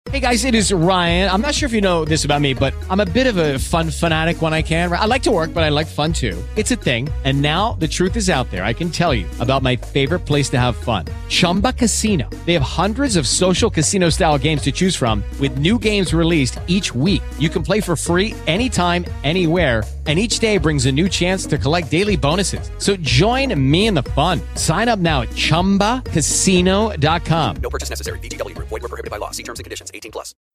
Hey guys, it is Ryan. I'm not sure if you know this about me, but I'm a bit of a fun fanatic when I can. I like to work, but I like fun too. It's a thing. And now the truth is out there. I can tell you about my favorite place to have fun. Chumba Casino. They have hundreds of social casino style games to choose from with new games released each week. You can play for free anytime, anywhere. And each day brings a new chance to collect daily bonuses. So join me in the fun. Sign up now at ChumbaCasino.com. No purchase necessary. VGW Group. Void where prohibited by law. See terms and conditions. 18+.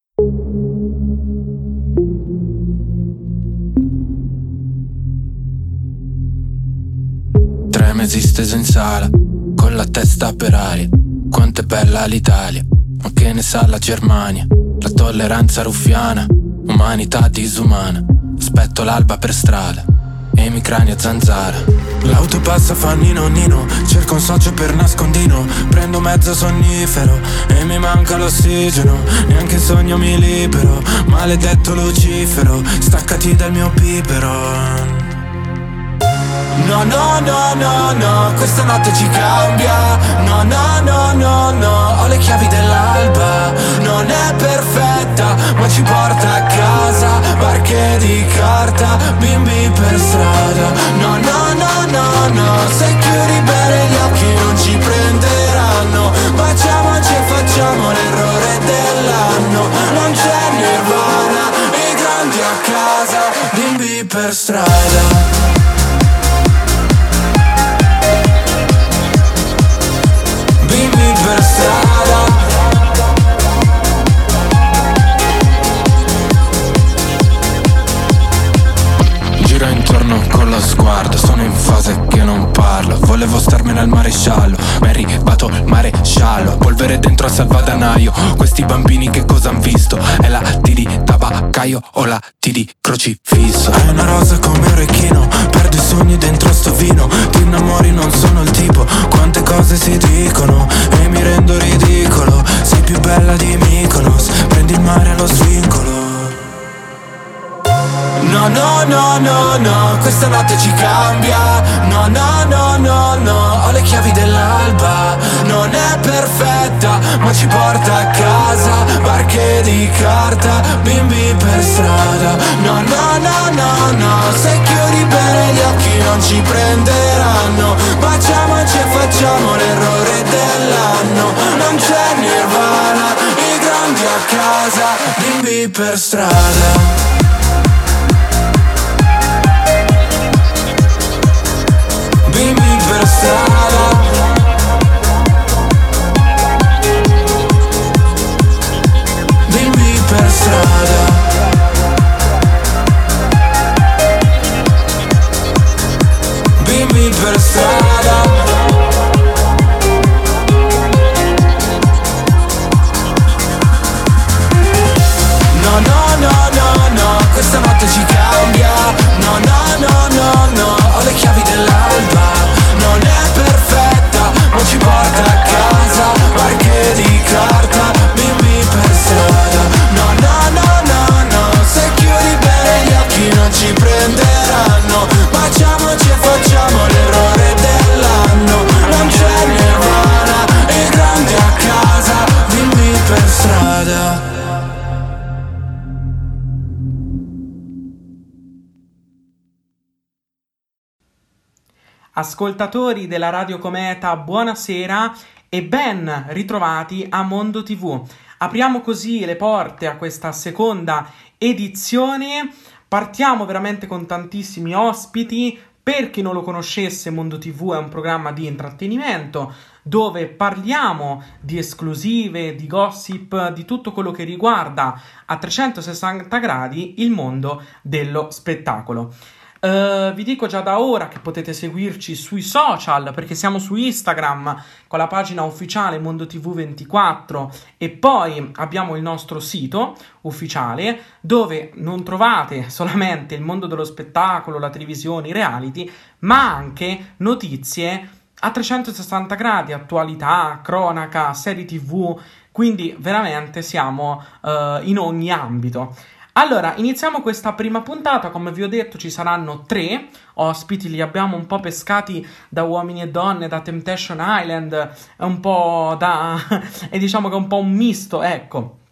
Tre mesi steso in sala, con la testa per aria. Quanto è bella l'Italia, ma che ne sa la Germania? La tolleranza ruffiana, umanità disumana. Aspetto l'alba per strada e i miei crani a zanzara. L'auto passa fa nino nino, cerco un socio per nascondino. Prendo mezzo sonnifero e mi manca l'ossigeno. Neanche in sogno mi libero, maledetto Lucifero, staccati dal mio pipero. No, no, no, no, no, questa notte ci cambia. No, no, no, no, no, ho le chiavi dell'alba. Non è perfetta, ma ci porta a casa. Barche di carta, bimbi per strada. No, no, no, no, no, se chiudi bene gli occhi non ci prenderanno. Baciamoci e facciamo l'errore dell'anno. Non c'è Nirvana, i grandi a casa, bimbi per strada. Per strada. Giro intorno con lo sguardo, sono in fase che non parlo. Volevo starmene al maresciallo, ma è arrivato il maresciallo. Polvere dentro al salvadanaio, questi bambini che cosa han visto? È la T di tabaccaio o la T di crocifisso? Hai una rosa come un orecchino, perdo i sogni dentro sto vino. Ti innamori, non sono il tipo, quante cose si dicono e mi rendo ridicolo. Sei più bella di Mykonos, prendi il mare allo svincolo. No, no, no, no, no, questa notte ci cambia. No, no, no, no, no, ho le chiavi dell'alba. Non è perfetta, ma ci porta a casa. Barche di carta, bimbi per strada. No, no, no, no, no, se chiudi bene gli occhi non ci prenderanno. Baciamoci e facciamo l'errore dell'anno. Non c'è Nirvana, i grandi a casa, bimbi per strada. Bimbi per strada. Bimbi per strada. Bimbi per strada. No, no, no, no, no, questa notte ci cambia. No, no, no, no, no, ho le chiavi dell'alba. Non è perfetta, ma ci porta a casa. Barche di carta, bimbi per strada. No, no, no, no, no, se chiudi bene gli occhi non ci prenderanno. Baciamoci e facciamo l'errore dell'anno. Non c'è Nirvana, i grandi a casa, bimbi per strada. Ascoltatori della Radio Cometa, buonasera e ben ritrovati a Mondo TV. Apriamo così le porte a questa seconda edizione. Partiamo veramente con tantissimi ospiti. Per chi non lo conoscesse, Mondo TV è un programma di intrattenimento dove parliamo di esclusive, di gossip, di tutto quello che riguarda a 360 gradi il mondo dello spettacolo. Vi dico già da ora che potete seguirci sui social, perché siamo su Instagram con la pagina ufficiale MondoTV24 e poi abbiamo il nostro sito ufficiale dove non trovate solamente il mondo dello spettacolo, la televisione, i reality, ma anche notizie a 360 gradi, attualità, cronaca, serie TV, quindi veramente siamo in ogni ambito. Allora, iniziamo questa prima puntata. Come vi ho detto, ci saranno 3 ospiti, li abbiamo un po' pescati da Uomini e Donne, da Temptation Island, è un po' da... e diciamo che è un po' un misto, ecco.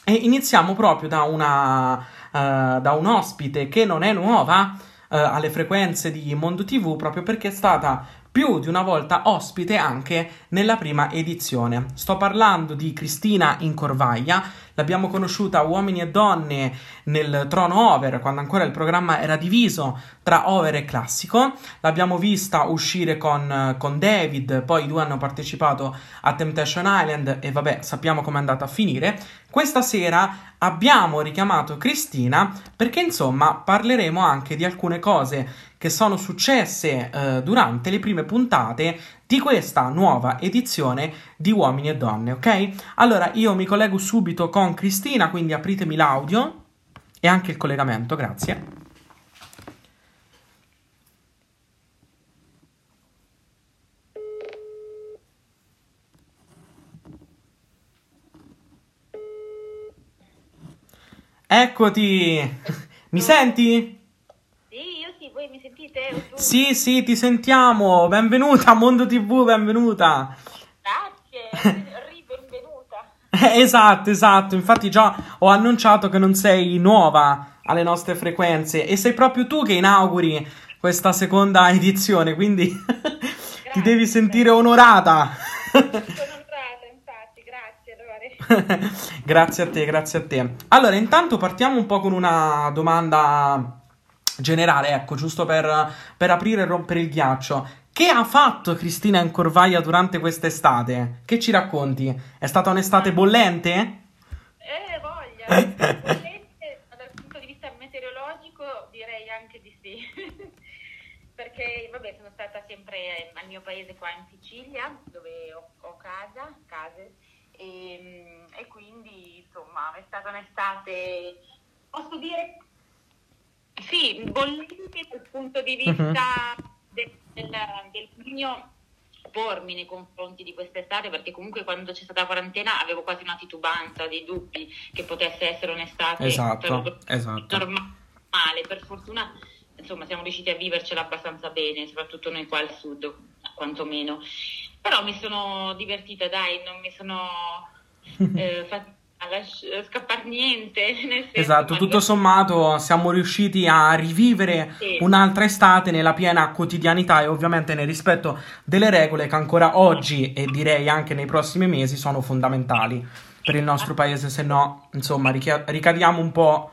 E iniziamo proprio da un ospite che non è nuova alle frequenze di Mondo TV, proprio perché è stata più di una volta ospite anche nella prima edizione. Sto parlando di Cristina Incorvaglia. L'abbiamo conosciuta Uomini e Donne nel Trono Over, quando ancora il programma era diviso tra Over e Classico. L'abbiamo vista uscire con David, poi i due hanno partecipato a Temptation Island e vabbè, sappiamo com'è andata a finire. Questa sera abbiamo richiamato Cristina perché insomma parleremo anche di alcune cose che sono successe durante le prime puntate di questa nuova edizione di Uomini e Donne, ok? Allora io mi collego subito con Cristina, quindi apritemi l'audio e anche il collegamento, grazie. Eccoti! Mi senti? Sì, io sì, voi mi sentite? O tu? Sì, ti sentiamo. Benvenuta a Mondo TV, benvenuta. Grazie, ribenvenuta. Esatto. Infatti già ho annunciato che non sei nuova alle nostre frequenze e sei proprio tu che inauguri questa seconda edizione, quindi ti devi sentire onorata. Sono onorata, infatti, grazie Lore. Grazie a te. Allora, intanto partiamo un po' con una domanda generale, ecco, giusto per aprire e rompere il ghiaccio. Che ha fatto Cristina Incorvaglia durante quest'estate? Che ci racconti? È stata un'estate bollente? Voglia. Bollente, ma dal punto di vista meteorologico direi anche di sì. Perché, vabbè, sono stata sempre al mio paese qua in Sicilia, dove ho case, e quindi, insomma, è stata un'estate, posso dire, sì, bollente dal punto di vista del mio pormi nei confronti di quest'estate, perché comunque quando c'è stata la quarantena avevo quasi una titubanza, dei dubbi che potesse essere un'estate Esatto. normale. Per fortuna, insomma, siamo riusciti a vivercela abbastanza bene, soprattutto noi qua al sud, quantomeno. Però mi sono divertita, dai, non mi sono fatta scappare niente. Nel senso, Esatto, tutto sommato siamo riusciti a rivivere un'altra estate nella piena quotidianità e ovviamente nel rispetto delle regole che ancora oggi e direi anche nei prossimi mesi sono fondamentali per il nostro paese, se no, insomma, ricadiamo un po'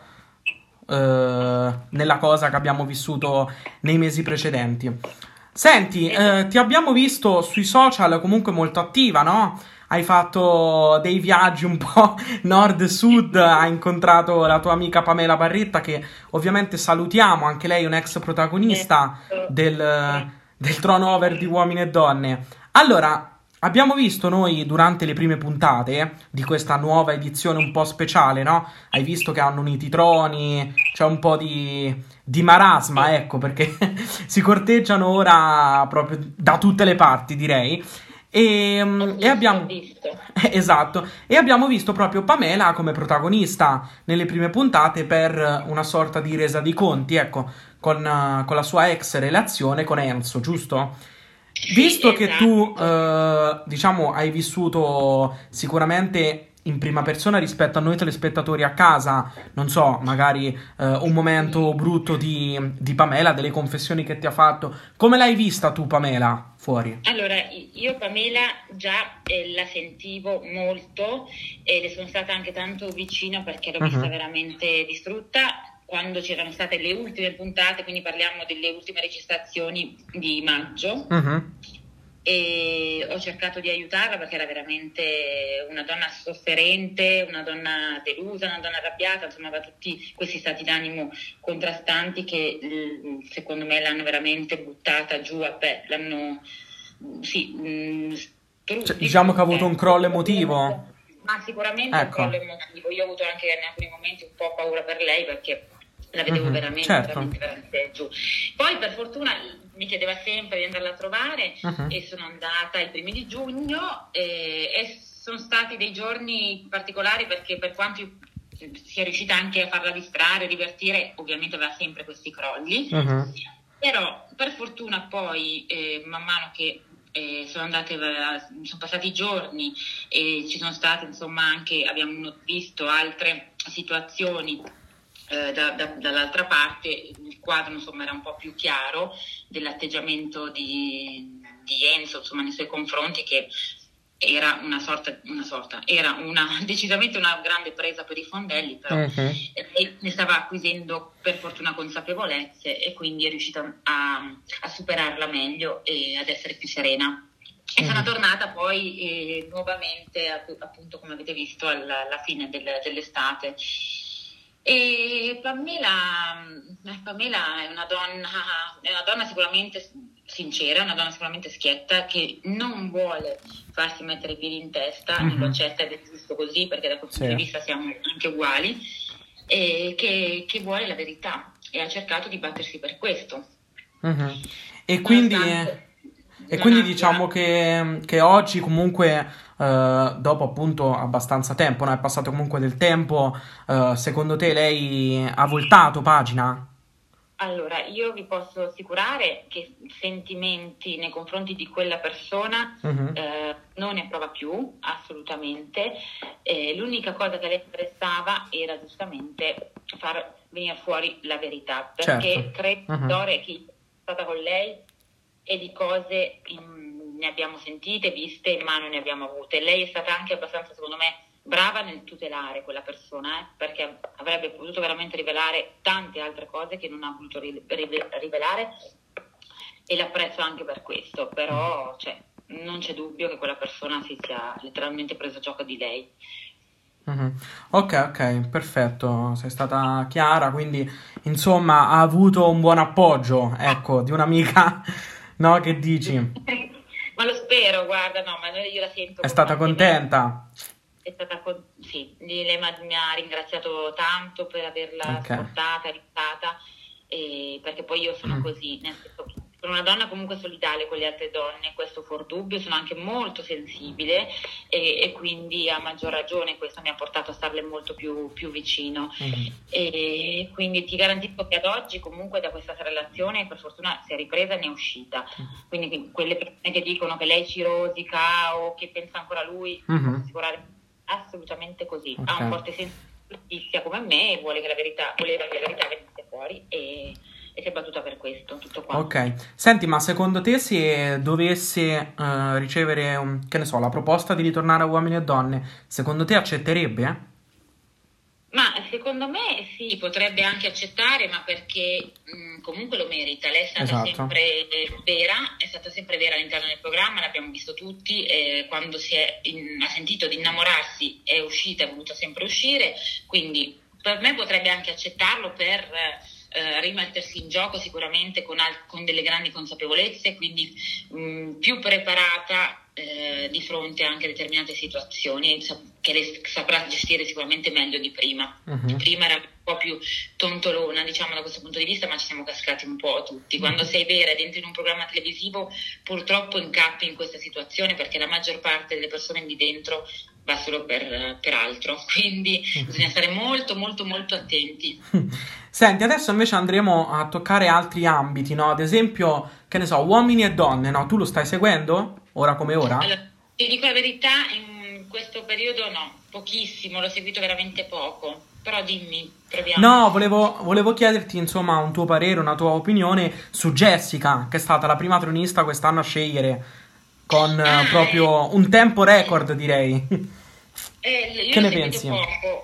nella cosa che abbiamo vissuto nei mesi precedenti. Senti, ti abbiamo visto sui social comunque molto attiva, no? Hai fatto dei viaggi un po' nord-sud, hai incontrato la tua amica Pamela Barretta, che ovviamente salutiamo, anche lei è un ex protagonista del Trono Over di Uomini e Donne. Allora, abbiamo visto noi durante le prime puntate di questa nuova edizione un po' speciale, no? Hai visto che hanno unito i troni, c'è un po' di marasma, ecco, perché si corteggiano ora proprio da tutte le parti, direi. E abbiamo esatto, e abbiamo visto proprio Pamela come protagonista nelle prime puntate per una sorta di resa di conti, ecco, con la sua ex relazione con Enzo, giusto? Visto che tu, diciamo, hai vissuto sicuramente in prima persona rispetto a noi telespettatori a casa, non so, magari un momento brutto di Pamela, delle confessioni che ti ha fatto, come l'hai vista tu Pamela fuori? Allora, io Pamela già la sentivo molto e le sono stata anche tanto vicina perché l'ho vista veramente distrutta quando c'erano state le ultime puntate, quindi parliamo delle ultime registrazioni di maggio. E ho cercato di aiutarla perché era veramente una donna sofferente, una donna delusa, una donna arrabbiata, insomma aveva tutti questi stati d'animo contrastanti che secondo me l'hanno veramente buttata giù l'hanno diciamo che ha avuto un crollo emotivo. Ma sicuramente un crollo emotivo. Io ho avuto anche in alcuni momenti un po' paura per lei perché la vedevo veramente giù. Poi per fortuna mi chiedeva sempre di andarla a trovare e sono andata i primi di giugno e sono stati dei giorni particolari perché per quanto sia riuscita anche a farla distrarre, divertire, ovviamente aveva sempre questi crolli, però per fortuna poi man mano che sono passati giorni e ci sono state, insomma, anche abbiamo visto altre situazioni dall'altra parte. Il quadro, insomma, era un po' più chiaro dell'atteggiamento di Enzo, insomma, nei suoi confronti, che era decisamente una grande presa per i fondelli, però ne stava acquisendo per fortuna consapevolezze e quindi è riuscita a superarla meglio e ad essere più serena. E sono tornata poi nuovamente, appunto, come avete visto, alla fine dell'estate. E Pamela è una donna sicuramente sincera, una donna sicuramente schietta, che non vuole farsi mettere i piedi in testa, non lo accetta ed è giusto così, perché da questo punto di vista siamo anche uguali, e che vuole la verità e ha cercato di battersi per questo. E quindi diciamo che oggi comunque, dopo appunto abbastanza tempo, no? È passato comunque del tempo, secondo te lei ha voltato pagina? Allora, io vi posso assicurare che sentimenti nei confronti di quella persona non ne prova più, assolutamente. L'unica cosa che le interessava era giustamente far venire fuori la verità, perché credo che è stata con lei e di cose ne abbiamo sentite, viste, in mano ne abbiamo avute. Lei è stata anche abbastanza, secondo me, brava nel tutelare quella persona, perché avrebbe potuto veramente rivelare tante altre cose che non ha voluto rivelare, e l'apprezzo anche per questo, però non c'è dubbio che quella persona si sia letteralmente presa gioco di lei. Ok, perfetto, sei stata chiara, quindi insomma ha avuto un buon appoggio, ecco, di un'amica, no? Che dici? Ma lo spero, guarda, no, ma io la sento. È stata contenta? Sì, lei mi ha ringraziato tanto per averla portata, aiutata, perché poi io sono così, nel senso, sono una donna comunque solidale con le altre donne, questo fuor dubbio, sono anche molto sensibile e quindi a maggior ragione questo mi ha portato a starle molto più vicino. E quindi ti garantisco che ad oggi comunque da questa relazione per fortuna si è ripresa e ne è uscita. Quindi quelle persone che dicono che lei ci rosica o che pensa ancora a lui, posso assicurare assolutamente così. Ha un forte senso di giustizia come me e voleva che la verità venisse fuori e si è battuta per questo, tutto qua. Ok, senti, ma secondo te se dovesse ricevere, che ne so, la proposta di ritornare a Uomini e Donne, secondo te accetterebbe? Ma secondo me sì, potrebbe anche accettare, ma perché comunque lo merita. Lei è stata sempre vera, è stata sempre vera all'interno del programma, l'abbiamo visto tutti, quando ha sentito di innamorarsi è uscita, è voluta sempre uscire, quindi per me potrebbe anche accettarlo per rimettersi in gioco sicuramente con delle grandi consapevolezze, quindi più preparata di fronte anche a determinate situazioni che lei saprà gestire sicuramente meglio di prima. Prima era un po' più tontolona, diciamo, da questo punto di vista, ma ci siamo cascati un po' tutti. Quando sei vera dentro in un programma televisivo purtroppo incappi in questa situazione, perché la maggior parte delle persone lì dentro va solo per altro, quindi bisogna stare molto molto molto attenti. Senti, adesso invece andremo a toccare altri ambiti, no? Ad esempio, che ne so, Uomini e Donne, no? Tu lo stai seguendo? Ora come ora? Allora, ti dico la verità, in questo periodo no, pochissimo, l'ho seguito veramente poco, però dimmi, proviamo. No, volevo chiederti, insomma, un tuo parere, una tua opinione su Jessica, che è stata la prima tronista quest'anno a scegliere, con proprio un tempo record, direi. Che ne pensi? Poco.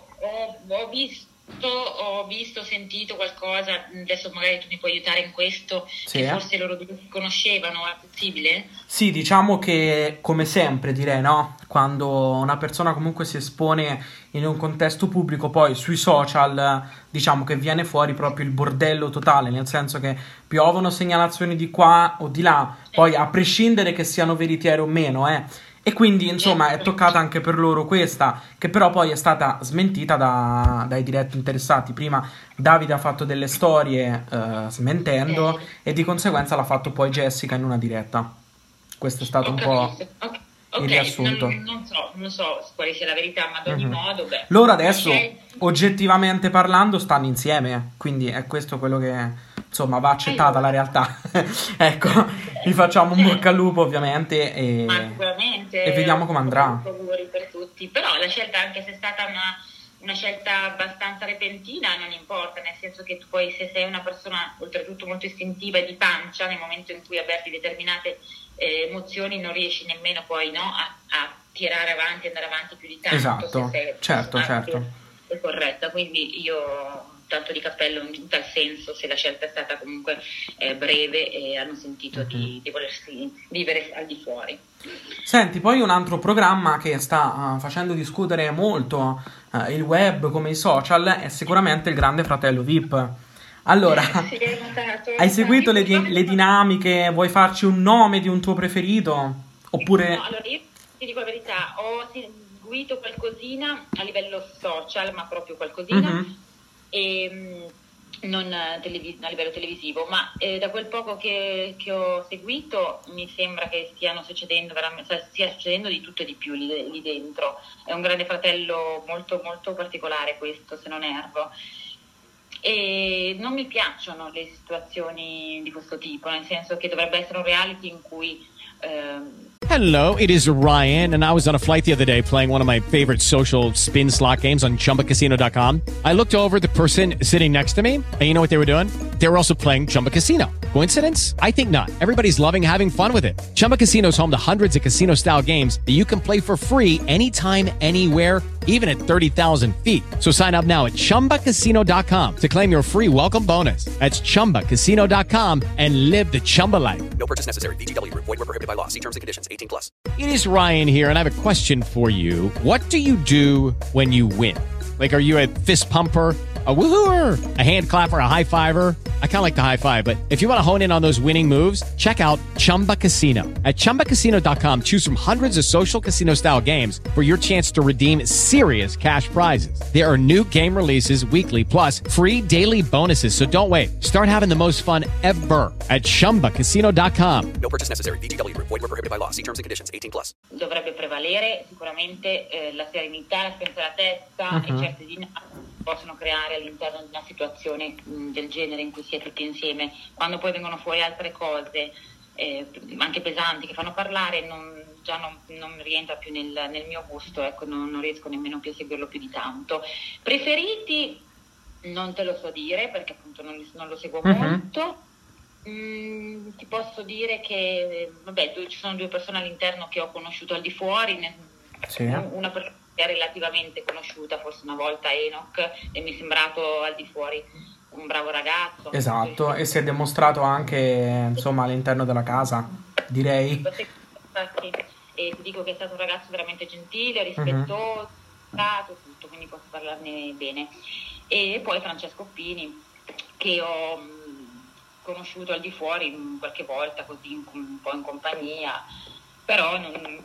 Ho visto, sentito qualcosa, adesso magari tu mi puoi aiutare in questo, che forse loro due si conoscevano, è possibile? Sì, diciamo che come sempre, direi, no? Quando una persona comunque si espone in un contesto pubblico, poi sui social, diciamo che viene fuori proprio il bordello totale, nel senso che piovono segnalazioni di qua o di là, poi a prescindere che siano veritiere o meno, E quindi, insomma, è toccata anche per loro questa, che però poi è stata smentita dai diretti interessati. Prima Davide ha fatto delle storie smentendo e di conseguenza l'ha fatto poi Jessica in una diretta. Questo è stato un po' il riassunto. Non so quale sia la verità, ma ad ogni modo... Loro adesso, oggettivamente parlando, stanno insieme, quindi è questo quello che... insomma va accettata la realtà. Ecco, vi facciamo un bocca al lupo ovviamente e vediamo come andrà. Auguri per tutti, però la scelta, anche se è stata una scelta abbastanza repentina, non importa, nel senso che tu poi, se sei una persona oltretutto molto istintiva e di pancia, nel momento in cui avverti determinate emozioni non riesci nemmeno poi a tirare avanti, andare avanti più di tanto. Esatto, se sei certo. è corretta, quindi io tanto di cappello in tal senso, se la scelta è stata comunque breve e hanno sentito di volersi vivere al di fuori. Senti, poi un altro programma che sta facendo discutere molto il web come i social è sicuramente il Grande Fratello VIP. Allora, sì, hai seguito le dinamiche? Vuoi farci un nome di un tuo preferito? Oppure... No, allora io ti dico la verità, ho seguito qualcosina a livello social, ma proprio qualcosina, e non a livello televisivo, ma da quel poco che ho seguito mi sembra che stia succedendo di tutto e di più lì dentro. È un Grande Fratello molto molto particolare questo, se non erro, e non mi piacciono le situazioni di questo tipo, nel senso che dovrebbe essere un reality in cui Hello, it is Ryan, and I was on a flight the other day playing one of my favorite social spin slot games on ChumbaCasino.com. I looked over at the person sitting next to me, and you know what they were doing? They were also playing Chumba Casino. Coincidence? I think not. Everybody's loving having fun with it. Chumba Casino is home to hundreds of casino-style games that you can play for free anytime, anywhere, even at 30,000 feet. So sign up now at ChumbaCasino.com to claim your free welcome bonus. That's ChumbaCasino.com and live the Chumba life. No purchase necessary. VGW. Void were prohibited by law. See terms and conditions. 18+. It is Ryan here, and I have a question for you. What do you do when you win? Like, are you a fist pumper, a woohooer, a hand clapper, a high fiver? I kind of like the high five, but if you want to hone in on those winning moves, check out Chumba Casino. At ChumbaCasino.com, choose from hundreds of social casino-style games for your chance to redeem serious cash prizes. There are new game releases weekly, plus free daily bonuses, so don't wait. Start having the most fun ever at ChumbaCasino.com. No purchase necessary. VGW. Void were prohibited by law. See terms and conditions. 18+. Dovrebbe prevalere sicuramente la serenità, la spensieratezza e certe dinamiche possono creare all'interno di una situazione del genere in cui si è tutti insieme. Quando poi vengono fuori altre cose anche pesanti che fanno parlare, non rientra più nel mio gusto, ecco, non riesco nemmeno più a seguirlo più di tanto. Preferiti non te lo so dire, perché appunto non lo seguo molto. Ti posso dire che ci sono due persone all'interno che ho conosciuto al di fuori, una persona è relativamente conosciuta, forse una volta, Enoch, e mi è sembrato al di fuori un bravo ragazzo. Esatto, e si è dimostrato anche, insomma, all'interno della casa, direi. Infatti, e ti dico che è stato un ragazzo veramente gentile, rispettoso, tutto, quindi posso parlarne bene. E poi Francesco Pini, che ho conosciuto al di fuori qualche volta, così un po' in compagnia, però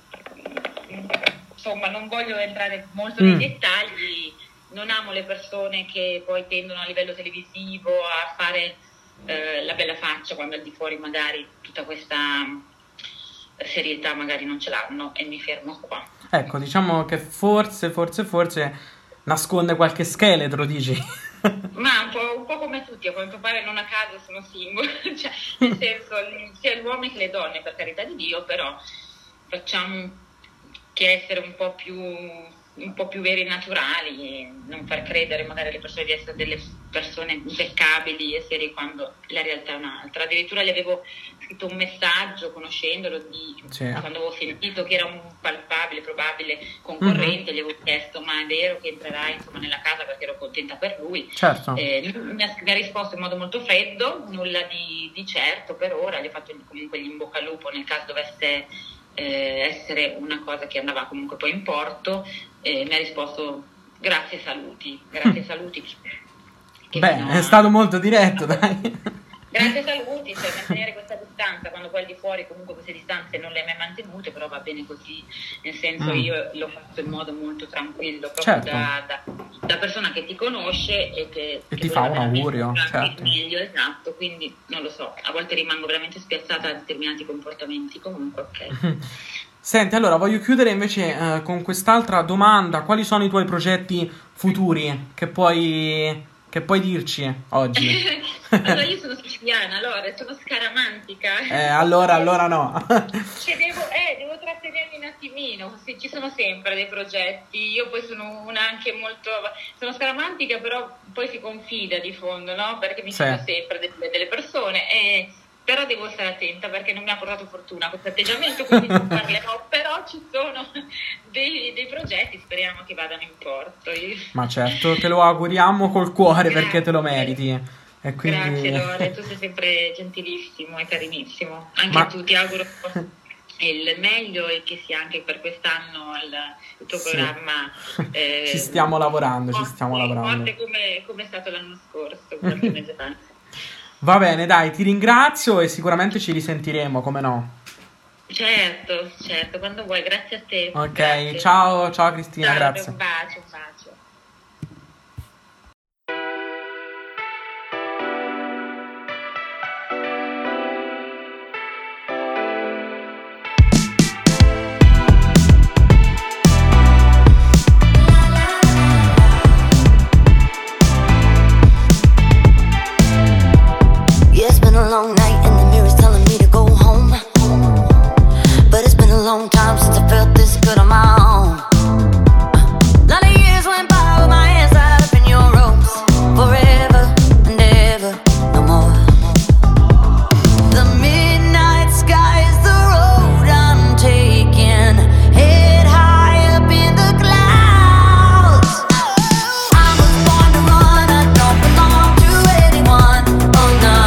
non voglio entrare molto nei dettagli. Non amo le persone che poi tendono a livello televisivo a fare la bella faccia, quando al di fuori magari tutta questa serietà magari non ce l'hanno, e mi fermo qua. Ecco, diciamo che forse nasconde qualche scheletro, dici? Ma un po' come tutti, a quanto pare non a caso sono single, cioè, nel senso, sia gli uomini che le donne, per carità di Dio, però facciamo che essere un po' più veri e naturali, e non far credere magari alle persone di essere delle persone impeccabili e serie quando la realtà è un'altra. Addirittura gli avevo scritto un messaggio, conoscendolo, quando avevo sentito che era un palpabile, probabile concorrente, gli avevo chiesto: ma è vero che entrerai, insomma, nella casa, perché ero contenta per lui. Certo. Mi ha risposto in modo molto freddo, nulla di certo per ora. Gli ho fatto comunque gli in bocca al lupo nel caso dovesse essere una cosa che andava comunque poi in porto. Mi ha risposto: grazie, saluti. È stato molto diretto, dai. Grazie, saluti, cioè mantenere questa distanza, quando poi al di fuori comunque queste distanze non le hai mai mantenute, però va bene così, nel senso io l'ho fatto in modo molto tranquillo, proprio certo. da persona che ti conosce e che ti fa un augurio, certo. Meglio, esatto, quindi non lo so, a volte rimango veramente spiazzata da determinati comportamenti, comunque ok. Senti, allora voglio chiudere invece con quest'altra domanda: quali sono i tuoi progetti futuri che puoi Che puoi dirci oggi? Allora, io sono siciliana, allora sono scaramantica. Allora no. Che devo trattenermi un attimino, sì, ci sono sempre dei progetti. Io poi sono una anche molto... Sono scaramantica, però poi si confida di fondo, no? Perché mi sono sempre delle persone però devo stare attenta perché non mi ha portato fortuna questo atteggiamento, quindi non parlerò, però ci sono dei progetti, speriamo che vadano in porto. Ma certo, te lo auguriamo col cuore. Grazie. Perché te lo meriti. E quindi... Grazie Lore, tu sei sempre gentilissimo e carinissimo, anche a tu ti auguro il meglio e che sia anche per quest'anno il tuo programma. Ci stiamo lavorando, forte come è stato l'anno scorso, qualche mese fa. Va bene, dai, ti ringrazio e sicuramente ci risentiremo, come no? Certo, quando vuoi, grazie a te. Ok, grazie. Ciao Cristina, grazie. Un bacio. Long night and the mirror's telling me to go home, but it's been a long time since I felt this good on my own. Lot of years went by with my hands tied up in your ropes, forever and ever, no more. The midnight sky is the road I'm taking, head high up in the clouds. I was born to run, I don't belong to anyone, oh no.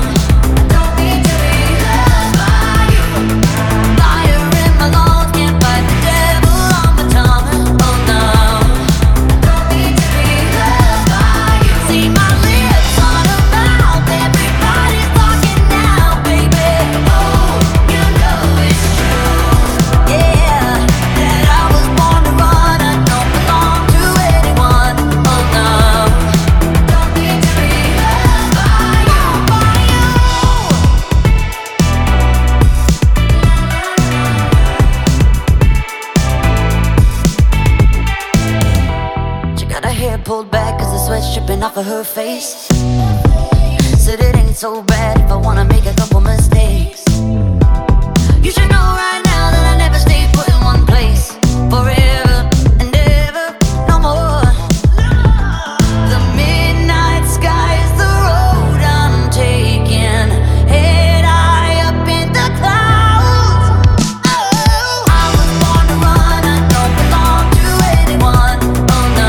Pulled back cause the sweat's dripping off of her face. Said it ain't so bad if I wanna make a couple mistakes. You should know right now that I never stay put in one place forever and ever, no more. The midnight sky is the road I'm taking, head high up in the clouds. I was born to run, I don't belong to anyone, oh no.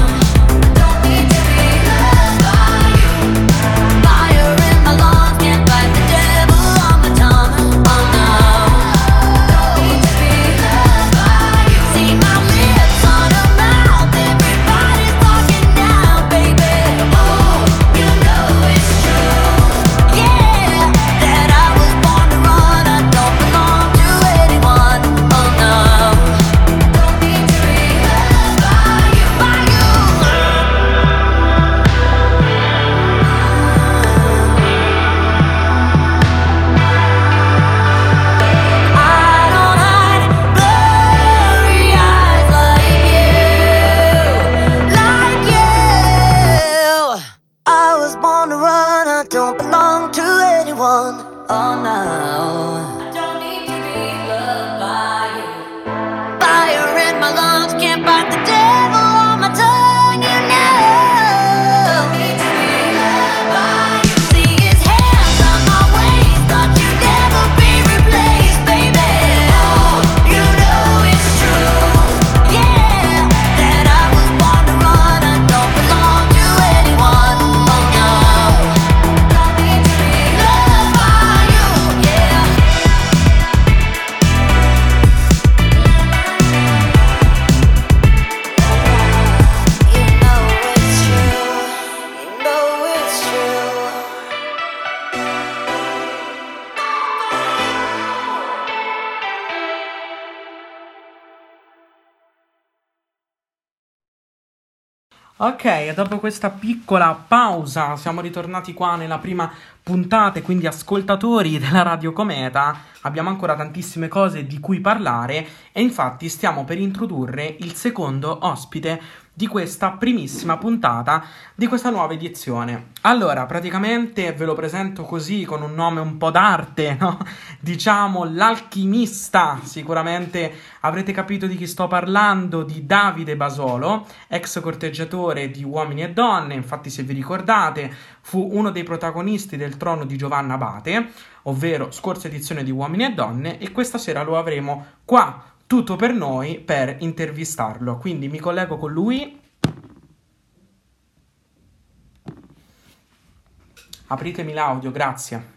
Ok, dopo questa piccola pausa siamo ritornati qua nella prima puntata e quindi ascoltatori della Radio Cometa abbiamo ancora tantissime cose di cui parlare e infatti stiamo per introdurre il secondo ospite di questa primissima puntata di questa nuova edizione. Allora, praticamente ve lo presento così, con un nome un po' d'arte, no? Diciamo l'alchimista. Sicuramente avrete capito di chi sto parlando, di Davide Basolo, ex corteggiatore di Uomini e Donne. Infatti, se vi ricordate, fu uno dei protagonisti del Trono di Giovanna Abate, ovvero scorsa edizione di Uomini e Donne, e questa sera lo avremo qua tutto per noi per intervistarlo. Quindi mi collego con lui. Apritemi l'audio, grazie.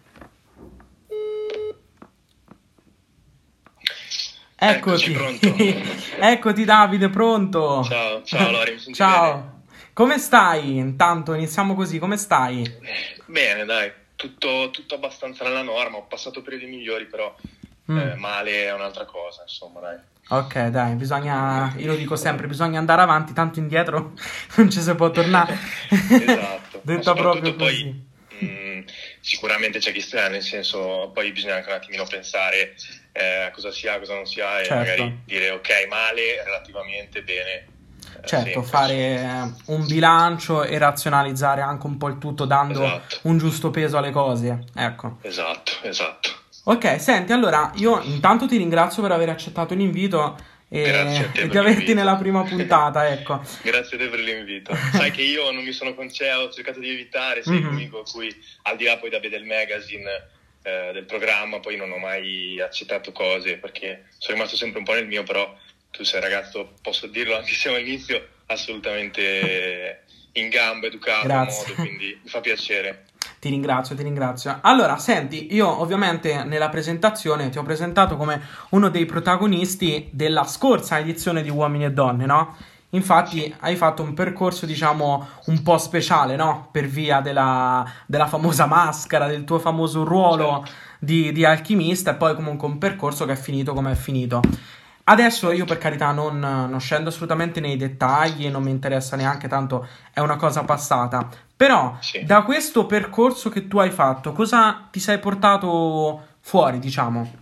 Eccoti. Pronto. Eccoti Davide, pronto? Ciao Lori, mi senti Ciao. bene? Come stai? Intanto iniziamo così, come stai? Bene, dai, tutto abbastanza nella norma, ho passato periodi migliori, però male è un'altra cosa, insomma, dai. Ok, dai, bisogna, io lo dico sempre, bisogna andare avanti, tanto indietro non ci si può tornare. Esatto. Detta proprio poi, così. Sicuramente c'è chi sta, nel senso, poi bisogna anche un attimino pensare cosa si ha, cosa non si ha, e Certo. magari dire ok, male, relativamente bene. Certo, sempre. fare un bilancio e razionalizzare anche un po' il tutto, dando Esatto. un giusto peso alle cose, ecco. Esatto. Ok, senti, allora io intanto ti ringrazio per aver accettato l'invito Grazie a te e per di averti l'invito. nella prima puntata, ecco. Grazie a te per l'invito. Sai che io non mi sono ho cercato di evitare, sei l'unico a cui, al di là poi da del magazine, del programma, poi non ho mai accettato cose, perché sono rimasto sempre un po' nel mio, però tu sei ragazzo, posso dirlo anche se all'inizio, assolutamente in gamba, educato, a Grazie. modo, quindi mi fa piacere. Ti ringrazio. Allora, senti, io ovviamente nella presentazione ti ho presentato come uno dei protagonisti della scorsa edizione di Uomini e Donne, no? Infatti hai fatto un percorso, diciamo, un po' speciale, no? Per via della famosa maschera, del tuo famoso ruolo di alchimista, e poi comunque un percorso che è finito come è finito. Adesso io, per carità, non scendo assolutamente nei dettagli e non mi interessa neanche, tanto è una cosa passata. Però Sì. da questo percorso che tu hai fatto, cosa ti sei portato fuori, diciamo?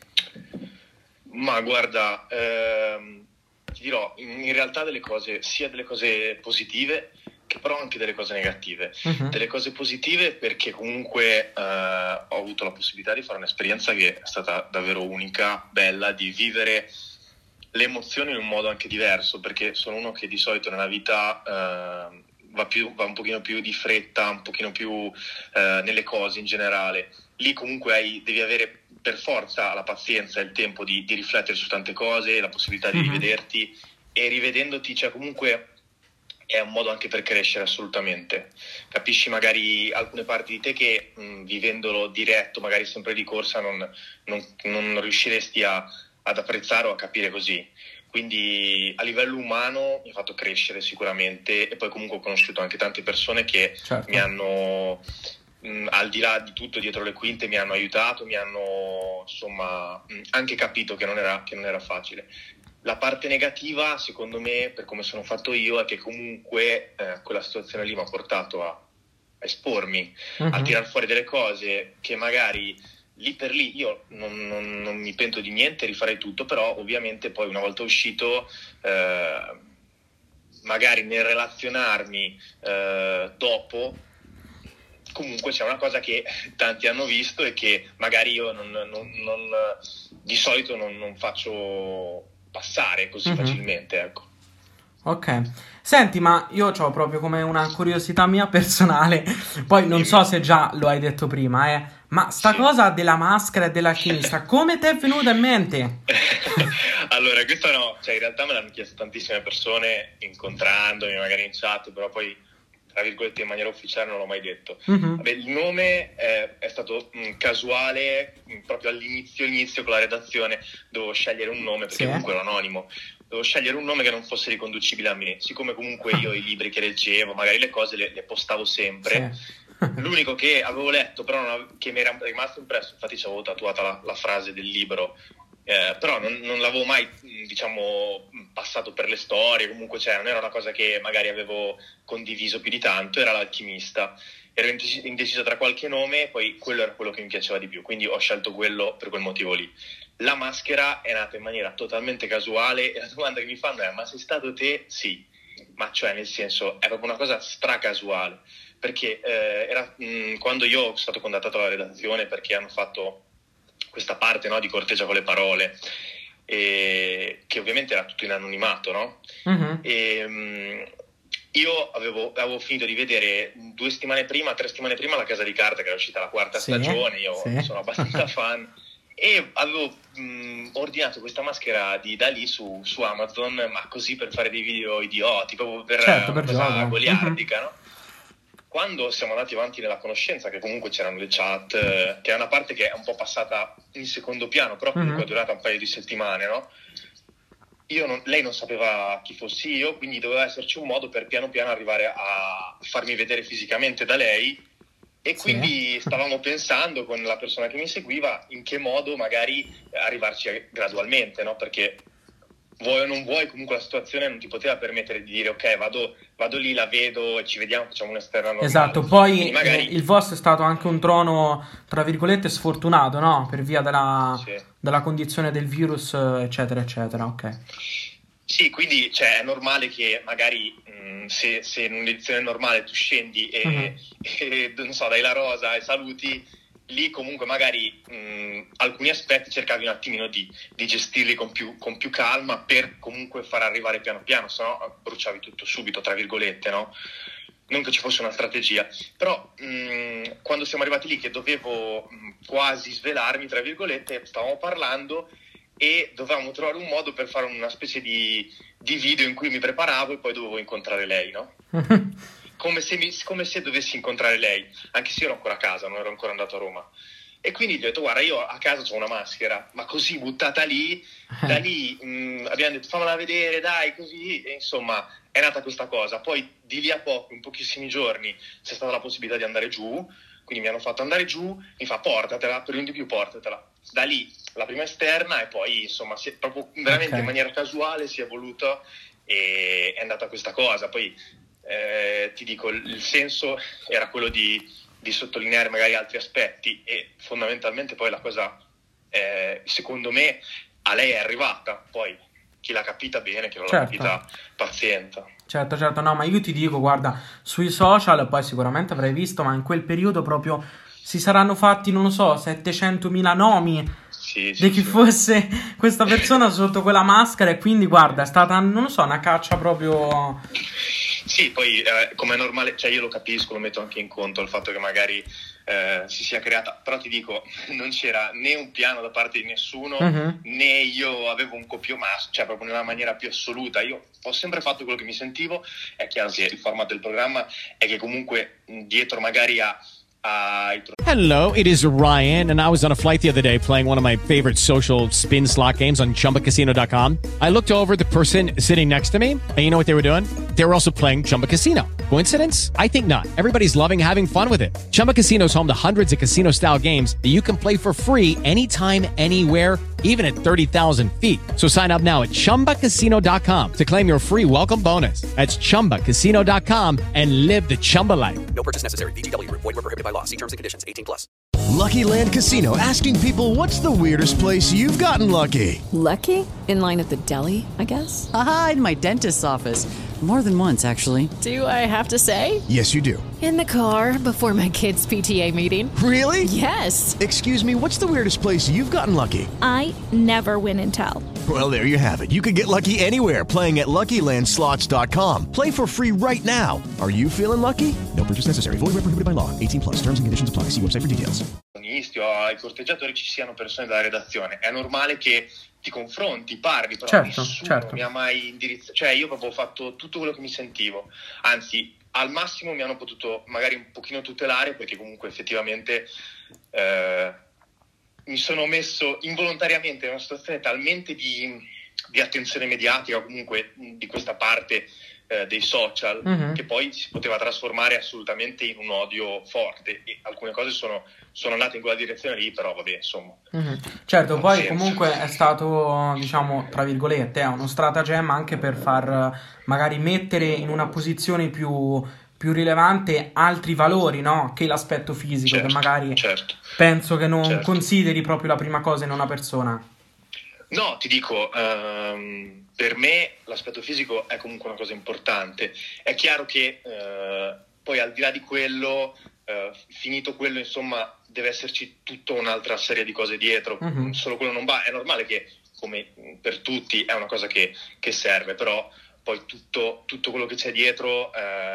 Ma guarda, ti dirò, in realtà delle cose, sia delle cose positive, che però anche delle cose negative. Delle cose positive perché comunque ho avuto la possibilità di fare un'esperienza che è stata davvero unica, bella, di vivere le emozioni in un modo anche diverso, perché sono uno che di solito nella vita va un pochino più di fretta, un pochino più nelle cose in generale. Lì comunque devi avere per forza la pazienza e il tempo di riflettere su tante cose, la possibilità di rivederti, e rivedendoti, cioè comunque è un modo anche per crescere, assolutamente. Capisci magari alcune parti di te che vivendolo diretto, magari sempre di corsa, non riusciresti ad apprezzare o a capire così. Quindi a livello umano mi ha fatto crescere sicuramente, e poi comunque ho conosciuto anche tante persone che Certo. mi hanno, al di là di tutto, dietro le quinte, mi hanno aiutato, mi hanno insomma anche capito che non era facile. La parte negativa, secondo me, per come sono fatto io, è che comunque quella situazione lì mi ha portato a espormi, a tirar fuori delle cose che magari lì per lì io non mi pento di niente, rifarei tutto, però ovviamente poi una volta uscito, magari nel relazionarmi dopo, comunque c'è una cosa che tanti hanno visto e che magari io di solito non faccio passare così facilmente, ecco. Ok. Senti, ma io ho proprio come una curiosità mia personale, poi non so se già lo hai detto prima, ma sta Sì. cosa della maschera e dell'alchimista, come ti è venuta in mente? Allora, questo no, cioè in realtà me l'hanno chiesto tantissime persone incontrandomi, magari in chat, però poi, tra virgolette, in maniera ufficiale non l'ho mai detto. Vabbè, il nome è stato casuale, proprio all'inizio con la redazione, dovevo scegliere un nome perché Sì. comunque ero anonimo. Dovevo scegliere un nome che non fosse riconducibile a me, siccome comunque io i libri che leggevo, magari le cose le postavo sempre. Sì. L'unico che avevo letto, però che mi era rimasto impresso, infatti ci avevo tatuata la frase del libro, però non l'avevo mai, diciamo, passato per le storie, comunque non era una cosa che magari avevo condiviso più di tanto, era l'alchimista. Ero indeciso tra qualche nome, poi quello era quello che mi piaceva di più, quindi ho scelto quello per quel motivo lì. La maschera è nata in maniera totalmente casuale e la domanda che mi fanno è: ma sei stato te? Sì. ma cioè nel senso è proprio una cosa stracasuale, perché era quando io sono stato contattato alla redazione perché hanno fatto questa parte, no, di Corteggia con le parole, che ovviamente era tutto in anonimato, no? Io avevo finito di vedere 3 settimane prima La Casa di Carta, che era uscita la 4ª stagione, io sono abbastanza fan, e avevo ordinato questa maschera di Dalì su Amazon, ma così per fare dei video idioti, proprio per una cosa goliardica, no? Quando siamo andati avanti nella conoscenza, che comunque c'erano le chat, che è una parte che è un po' passata in secondo piano, però comunque è durata un paio di settimane, no? Lei non sapeva chi fossi io, quindi doveva esserci un modo per piano piano arrivare a farmi vedere fisicamente da lei, e quindi stavamo pensando con la persona che mi seguiva in che modo magari arrivarci gradualmente, no? Perché vuoi o non vuoi, comunque la situazione non ti poteva permettere di dire ok, vado lì, la vedo e ci vediamo, facciamo un'esterna normale. Esatto, poi magari... il vostro è stato anche un trono, tra virgolette, sfortunato, no? Per via della condizione del virus, eccetera, eccetera, ok. Sì, quindi cioè, è normale che magari se in un'edizione normale tu scendi e non so, dai la rosa e saluti, lì comunque magari alcuni aspetti cercavi un attimino di gestirli con più calma, per comunque far arrivare piano piano, sennò bruciavi tutto subito, tra virgolette, no? Non che ci fosse una strategia, però quando siamo arrivati lì che dovevo quasi svelarmi, tra virgolette, stavamo parlando e dovevamo trovare un modo per fare una specie di video in cui mi preparavo e poi dovevo incontrare lei, no? Come se dovessi incontrare lei, anche se io ero ancora a casa, non ero ancora andato a Roma. E quindi gli ho detto, guarda, io a casa ho una maschera, ma così buttata lì, da lì abbiamo detto fammela vedere, dai, così, e insomma è nata questa cosa. Poi di lì a poco, in pochissimi giorni, c'è stata la possibilità di andare giù, quindi mi hanno fatto andare giù, mi fa portatela, per un di più portatela. Da lì la prima esterna e poi insomma proprio veramente in maniera casuale si è evoluto e è andata questa cosa. Poi ti dico, il senso era quello di sottolineare magari altri aspetti, e fondamentalmente poi la cosa secondo me a lei è arrivata, poi chi l'ha capita bene, chi non l'ha capita pazienza. Certo, no, ma io ti dico, guarda, sui social poi sicuramente avrai visto, ma in quel periodo proprio si saranno fatti, non lo so, 700.000 nomi di chi fosse questa persona sotto quella maschera, e quindi guarda, è stata, non lo so, una caccia proprio... Sì, poi come è normale, cioè io lo capisco, lo metto anche in conto il fatto che magari si sia creata, però ti dico, non c'era né un piano da parte di nessuno, né io avevo un copio, ma cioè proprio nella maniera più assoluta. Io ho sempre fatto quello che mi sentivo. È chiaro che il format del programma è che comunque dietro magari a Hello, it is Ryan, and I was on a flight the other day playing one of my favorite social spin slot games on ChumbaCasino.com. I looked over at the person sitting next to me, and you know what they were doing? They were also playing Chumba Casino. Coincidence? I think not. Everybody's loving having fun with it. Chumba Casino is home to hundreds of casino-style games that you can play for free anytime, anywhere, even at 30,000 feet. So sign up now at ChumbaCasino.com to claim your free welcome bonus. That's ChumbaCasino.com and live the Chumba life. No purchase necessary. VGW. Void where prohibited by law. See terms and conditions. 18+. Lucky Land Casino, asking people, what's the weirdest place you've gotten lucky? Lucky? In line at the deli, I guess? Aha, in my dentist's office. More than once, actually. Do I have to say? Yes, you do. In the car before my kids' PTA meeting. Really? Yes. Excuse me, what's the weirdest place you've gotten lucky? I never win and tell. Well, there you have it. You can get lucky anywhere, playing at LuckyLandSlots.com. Play for free right now. Are you feeling lucky? No purchase necessary. Void where prohibited by law. 18+. Terms and conditions apply. See website for details. All'inizio ai corteggiatori ci siano persone della redazione. È normale che ti confronti, parli, però nessuno mi ha mai indirizzato. Cioè io proprio ho fatto tutto quello che mi sentivo. Anzi, al massimo mi hanno potuto magari un pochino tutelare, perché comunque effettivamente mi sono messo involontariamente in una situazione talmente di attenzione mediatica, comunque di questa parte dei social, che poi si poteva trasformare assolutamente in un odio forte, e alcune cose sono andate in quella direzione lì, però vabbè, insomma. Certo, poi comunque è stato, diciamo, tra virgolette, uno stratagemma anche per far magari mettere in una posizione più rilevante altri valori, no? Che l'aspetto fisico, che magari penso che non consideri proprio la prima cosa in una persona. No, ti dico, per me l'aspetto fisico è comunque una cosa importante. È chiaro che poi al di là di quello, finito quello, insomma, deve esserci tutta un'altra serie di cose dietro. Solo quello non va. È normale che, come per tutti, è una cosa che serve, però poi tutto quello che c'è dietro,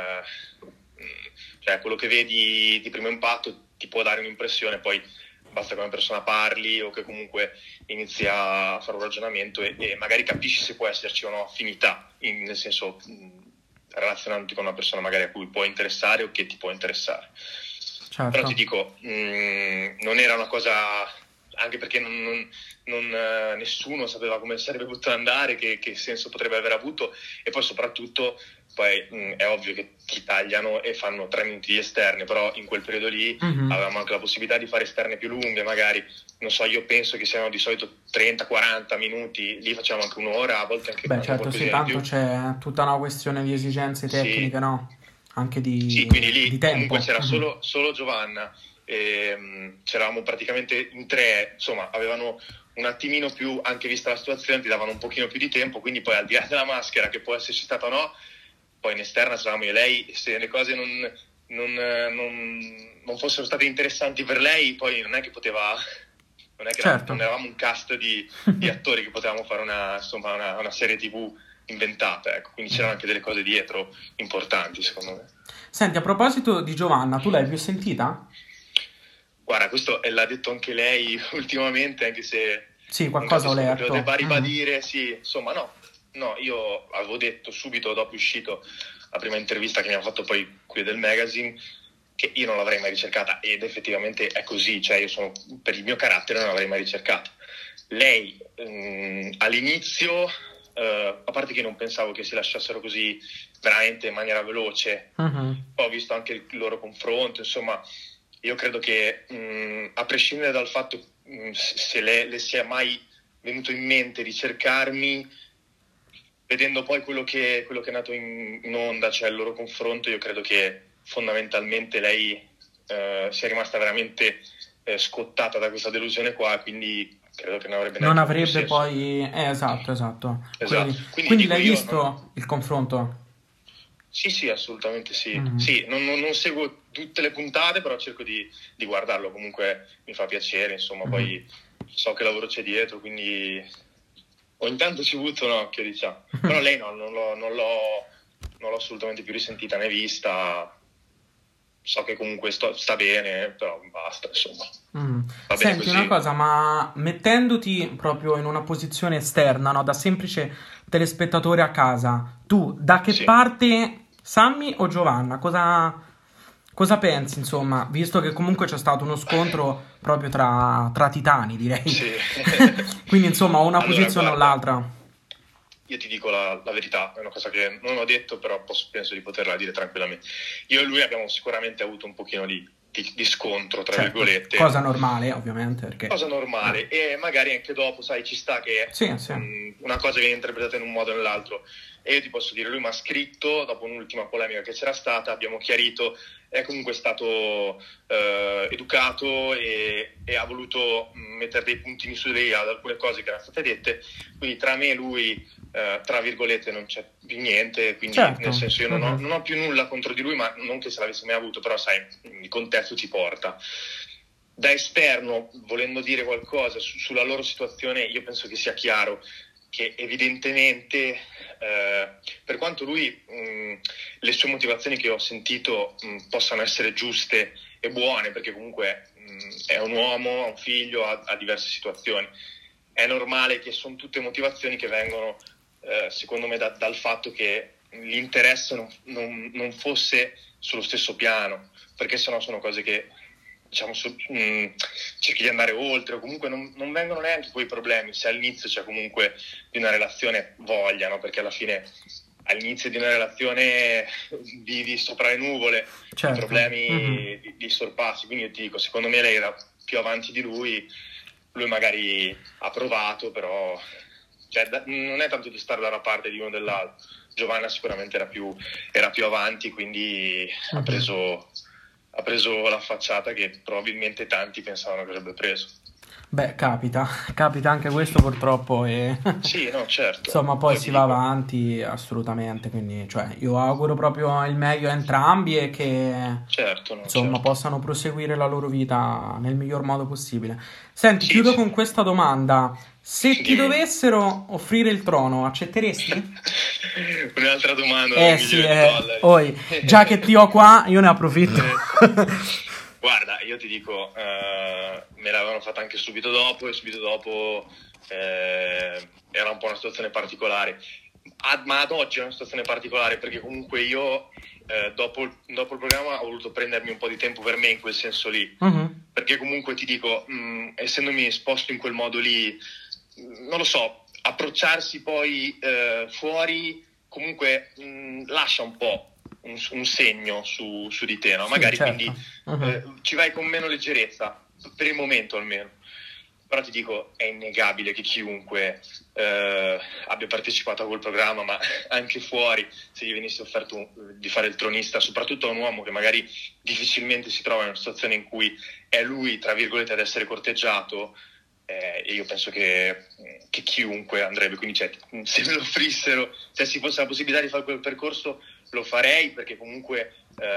cioè quello che vedi di primo impatto ti può dare un'impressione, poi basta che una persona parli o che comunque inizi a fare un ragionamento e magari capisci se può esserci o no affinità, nel senso relazionandoti con una persona magari a cui può interessare o che ti può interessare. Certo. Però ti dico, non era una cosa, anche perché nessuno sapeva come sarebbe potuto andare, che senso potrebbe aver avuto, e poi soprattutto è ovvio che ti tagliano e fanno 3 minuti di esterne, però in quel periodo lì avevamo anche la possibilità di fare esterne più lunghe, magari, non so, io penso che siano di solito 30-40 minuti, lì facciamo anche un'ora, a volte anche certo, sì, tanto c'è tutta una questione di esigenze tecniche, no? Anche di quindi lì di tempo. comunque c'era solo Giovanna, c'eravamo praticamente in 3, insomma, avevano un attimino più, anche vista la situazione, ti davano un pochino più di tempo, quindi poi al di là della maschera, che può esserci stata o no, poi in esterna c'eravamo io e lei, se le cose non fossero state interessanti per lei, poi non è che certo. non eravamo un cast di attori che potevamo fare una serie TV inventata, ecco. Quindi c'erano anche delle cose dietro importanti, secondo me. Senti, a proposito di Giovanna, tu l'hai più sentita? Guarda, questo l'ha detto anche lei ultimamente, anche se sì, qualcosa ho letto. Lo debba ribadire, sì, insomma, no, io avevo detto subito dopo uscito la prima intervista che mi ha fatto poi qui del magazine che io non l'avrei mai ricercata, ed effettivamente è così, cioè io per il mio carattere non l'avrei mai ricercata. Lei all'inizio, a parte che non pensavo che si lasciassero così veramente in maniera veloce, ho visto anche il loro confronto, insomma, io credo che a prescindere dal fatto se le sia mai venuto in mente di cercarmi, vedendo poi quello che è nato in onda, cioè il loro confronto, io credo che fondamentalmente lei sia rimasta veramente scottata da questa delusione qua, quindi credo che non avrebbe poi esatto. Quindi l'hai visto il confronto? Sì, assolutamente sì. Sì, non seguo tutte le puntate, però cerco di guardarlo, comunque mi fa piacere, insomma, poi so che lavoro c'è dietro, quindi ogni tanto ci butto un occhio, diciamo. Però lei non l'ho assolutamente più risentita né vista. So che comunque sta bene, però basta, insomma. Va bene. Senti, così. una cosa, ma mettendoti proprio in una posizione esterna, no, da semplice telespettatore a casa, tu da che parte, Sammy o Giovanna? Cosa pensi, insomma, visto che comunque c'è stato uno scontro proprio tra titani, direi. Sì. Quindi, insomma, una posizione o l'altra. Io ti dico la verità, è una cosa che non ho detto, però penso di poterla dire tranquillamente. Io e lui abbiamo sicuramente avuto un pochino di scontro, tra virgolette. Cosa normale, ovviamente. Perché... Cosa normale, e magari anche dopo, sai, ci sta che una cosa viene interpretata in un modo o nell'altro. E io ti posso dire, lui mi ha scritto, dopo un'ultima polemica che c'era stata, abbiamo chiarito, è comunque stato educato e ha voluto mettere dei puntini su dei ad alcune cose che erano state dette, quindi tra me e lui, tra virgolette, non c'è più niente, quindi nel senso io non ho più nulla contro di lui, ma non che se l'avessi mai avuto, però sai, il contesto ci porta. Da esterno, volendo dire qualcosa sulla loro situazione, io penso che sia chiaro che evidentemente, per quanto lui le sue motivazioni che ho sentito possano essere giuste e buone, perché comunque è un uomo, ha un figlio, ha diverse situazioni, è normale che sono tutte motivazioni che vengono, secondo me, dal fatto che l'interesse non fosse sullo stesso piano, perché sennò sono cose che, diciamo, cerchi di andare oltre, o comunque non vengono neanche quei problemi se all'inizio c'è comunque di una relazione voglia, no? Perché alla fine all'inizio di una relazione vivi sopra le nuvole, i problemi di sorpassi, quindi io ti dico, secondo me lei era più avanti di lui magari ha provato, però cioè, non è tanto di stare da una parte di uno o dell'altro. Giovanna sicuramente era più avanti, quindi ha preso la facciata che probabilmente tanti pensavano che avrebbe preso. Beh, capita anche questo purtroppo e Sì, no, certo. insomma poi si va avanti assolutamente, quindi cioè io auguro proprio il meglio a entrambi e che Certo, no, insomma certo. possano proseguire la loro vita nel miglior modo possibile. Senti, chiudo con questa domanda: se ti dovessero offrire il trono, accetteresti? Un'altra domanda. Già che ti ho qua, io ne approfitto. Guarda, io ti dico, me l'avevano fatta anche subito dopo, e subito dopo era un po' una situazione particolare. Ma ad oggi è una situazione particolare perché comunque io dopo il programma ho voluto prendermi un po' di tempo per me in quel senso lì. Perché comunque ti dico, essendomi esposto in quel modo lì, non lo so, approcciarsi poi fuori comunque lascia un po' un segno su di te, no? Magari certo. Quindi ci vai con meno leggerezza, per il momento almeno. Però ti dico, è innegabile che chiunque abbia partecipato a quel programma, ma anche fuori, se gli venisse offerto di fare il tronista, soprattutto a un uomo che magari difficilmente si trova in una situazione in cui è lui, tra virgolette, ad essere corteggiato, io penso che chiunque andrebbe. Quindi cioè, se me lo offrissero, se ci fosse la possibilità di fare quel percorso, lo farei, perché comunque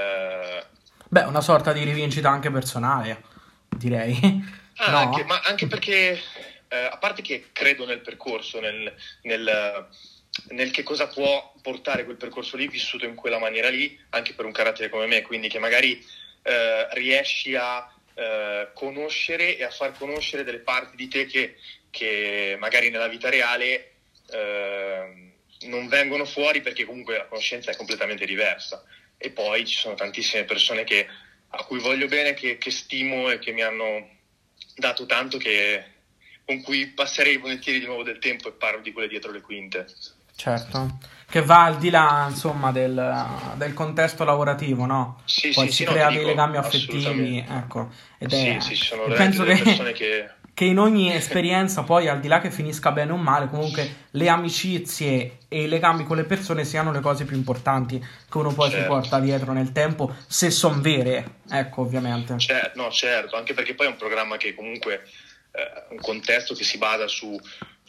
beh, una sorta di rivincita anche personale, direi. No? Anche perché a parte che credo nel percorso, nel che cosa può portare quel percorso lì vissuto in quella maniera lì, anche per un carattere come me, quindi che magari riesci a conoscere e a far conoscere delle parti di te che magari nella vita reale non vengono fuori, perché comunque la conoscenza è completamente diversa. E poi ci sono tantissime persone a cui voglio bene, che stimo e che mi hanno dato tanto, con cui passerei volentieri di nuovo del tempo, e parlo di quelle dietro le quinte. Certo, che va al di là insomma del contesto lavorativo, no? Sì, poi si crea dei legami affettivi, ecco. Ed ci sono penso delle persone che in ogni esperienza, poi al di là che finisca bene o male, comunque le amicizie e i legami con le persone siano le cose più importanti che uno poi si porta dietro nel tempo, se son vere, ecco, ovviamente. Certo, anche perché poi è un programma che comunque un contesto che si basa su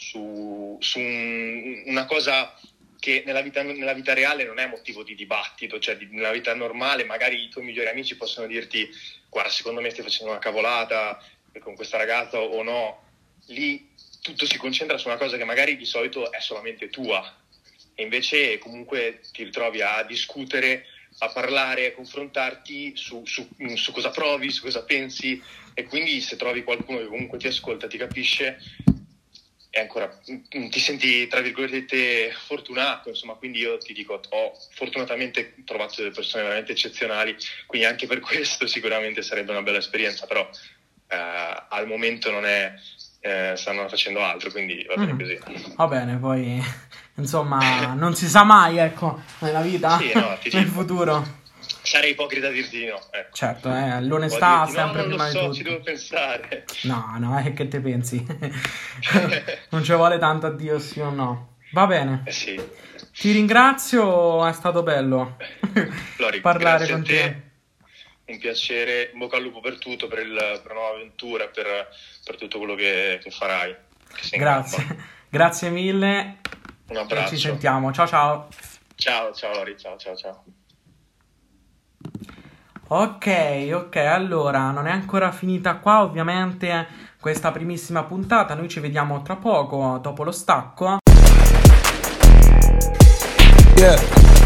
una cosa che nella vita reale non è motivo di dibattito. Cioè nella vita normale magari i tuoi migliori amici possono dirti: guarda, secondo me stai facendo una cavolata con questa ragazza o no. Lì tutto si concentra su una cosa che magari di solito è solamente tua, e invece comunque ti ritrovi a discutere, a parlare, a confrontarti su cosa provi, su cosa pensi, e quindi se trovi qualcuno che comunque ti ascolta, ti capisce, e ancora ti senti tra virgolette fortunato, insomma. Quindi io ti dico, ho fortunatamente trovato delle persone veramente eccezionali, quindi anche per questo sicuramente sarebbe una bella esperienza, però al momento non è, stanno facendo altro, quindi va bene così. Va bene, poi insomma non si sa mai, ecco, nella vita, nel futuro. Sarei ipocrita a dirti di no, ecco. Certo, l'onestà sempre prima di tutto. Ci devo pensare. No, che te pensi? Non ci vuole tanto a Dio sì o no. Va bene. Sì. Ti ringrazio, è stato bello Lori, parlare con te. Un piacere, in bocca al lupo per tutto, per la nuova avventura, per tutto quello che farai. Grazie mille. Un abbraccio. Ci sentiamo. Ciao. Ciao Lori, ciao. Ok, allora non è ancora finita qua ovviamente questa primissima puntata. Noi ci vediamo tra poco, dopo lo stacco. Yeah.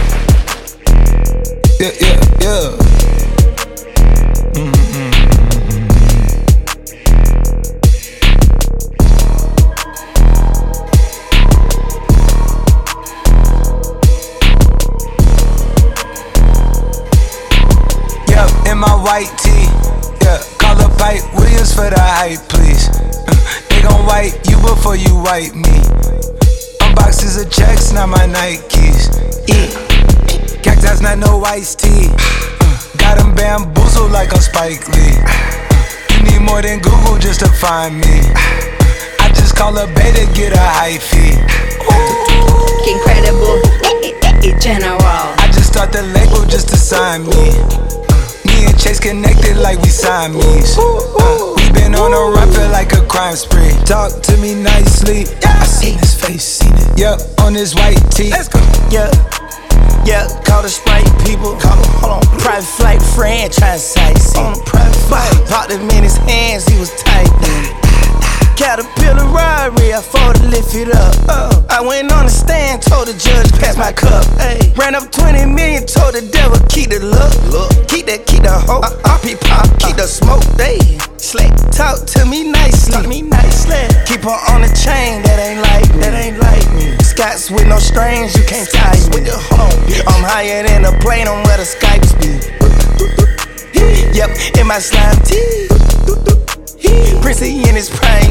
In my white tee, yeah, call up Pipe Williams for the hype, please. They gon' wipe you before you wipe me. Unboxes of checks, not my Nikes. Cactus, not no iced tea. Got them bamboozled like I'm Spike Lee. You need more than Google just to find me. I just call a beta, get a high fee. Incredible, general. I just start the label just to sign me. Me and Chase connected like we Siamese. We been been on a run, feel like a crime spree. Talk to me nicely. I seen his face, seen it. Yep, on his white tee. Let's go. Yeah. Yeah, call the Sprite people. Call him, hold on. Private flight franchise sites. On a private flight. Popped him in his hands, he was typing. Caterpillar robbery, I fought to lift it up. I went on the stand, told the judge, pass my cup. Ran up 20 million, told the devil, keep the look. Keep the hope. Pop, keep the smoke. Slick, talk to me nicely. Keep her on the chain, that ain't like me. Scots with no strings, you can't tie me. I'm higher than a plane, on where the Skypes be. Yep, in my slime tee. Prissy in his prime,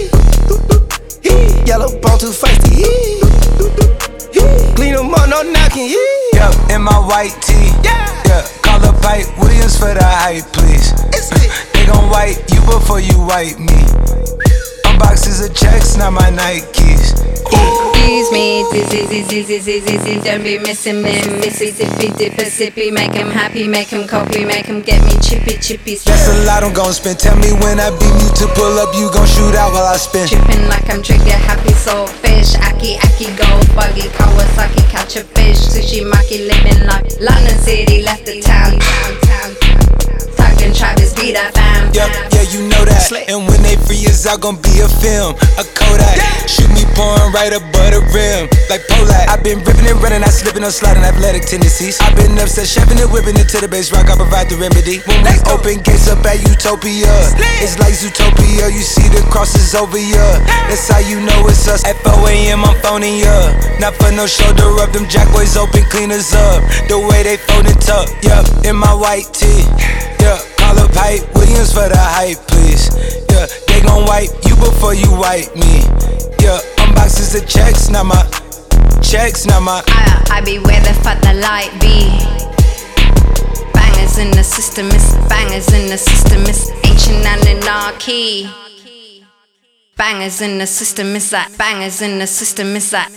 yellow bone too feisty, clean them up, no knocking, yep, in my white tee, yeah, call up Pipe Williams for the hype, please. They gon' wipe you before you wipe me. Boxes of checks, not my Nikes. Excuse me, dizzy, don't be missing me. Mississippi, Dipper, make him happy, make him copy, make him get me chippy. That's a lot I'm gon' spend. Tell me when I beam you to pull up, you gon' shoot out while I spin. Trippin' like I'm trigger happy, soul fish. Aki, gold buggy, Kawasaki, catch a fish. Sushi, maki, living like London City, left the town. Talking Travis, be that fam. Yep, yeah, you know that. And when they free us out, gon' be a film, a Kodak. Shoot me pouring right above the rim, like Polak. I've been ripping and running, I slipping on sliding, athletic tendencies. I've been upset, chefing and whipping it to the base rock, I provide the remedy. When we open gates up at Utopia, it's like Zootopia, you see the crosses over ya. That's how you know it's us. At 4 a.m. I'm phoning ya. Not for no shoulder up, them jack boys open cleaners up. The way they fold it up, yep, in my white tee. Yeah, call up Pipe Williams for the hype, please. Yeah, they gon' wipe you before you wipe me. Yeah, unboxes of checks, not my checks, not my. I be where the fuck the light be. Bangers in the system, it's bangers in the system, it's ancient anarchy. Bangers in the system, it's that bangers in the system, it's that.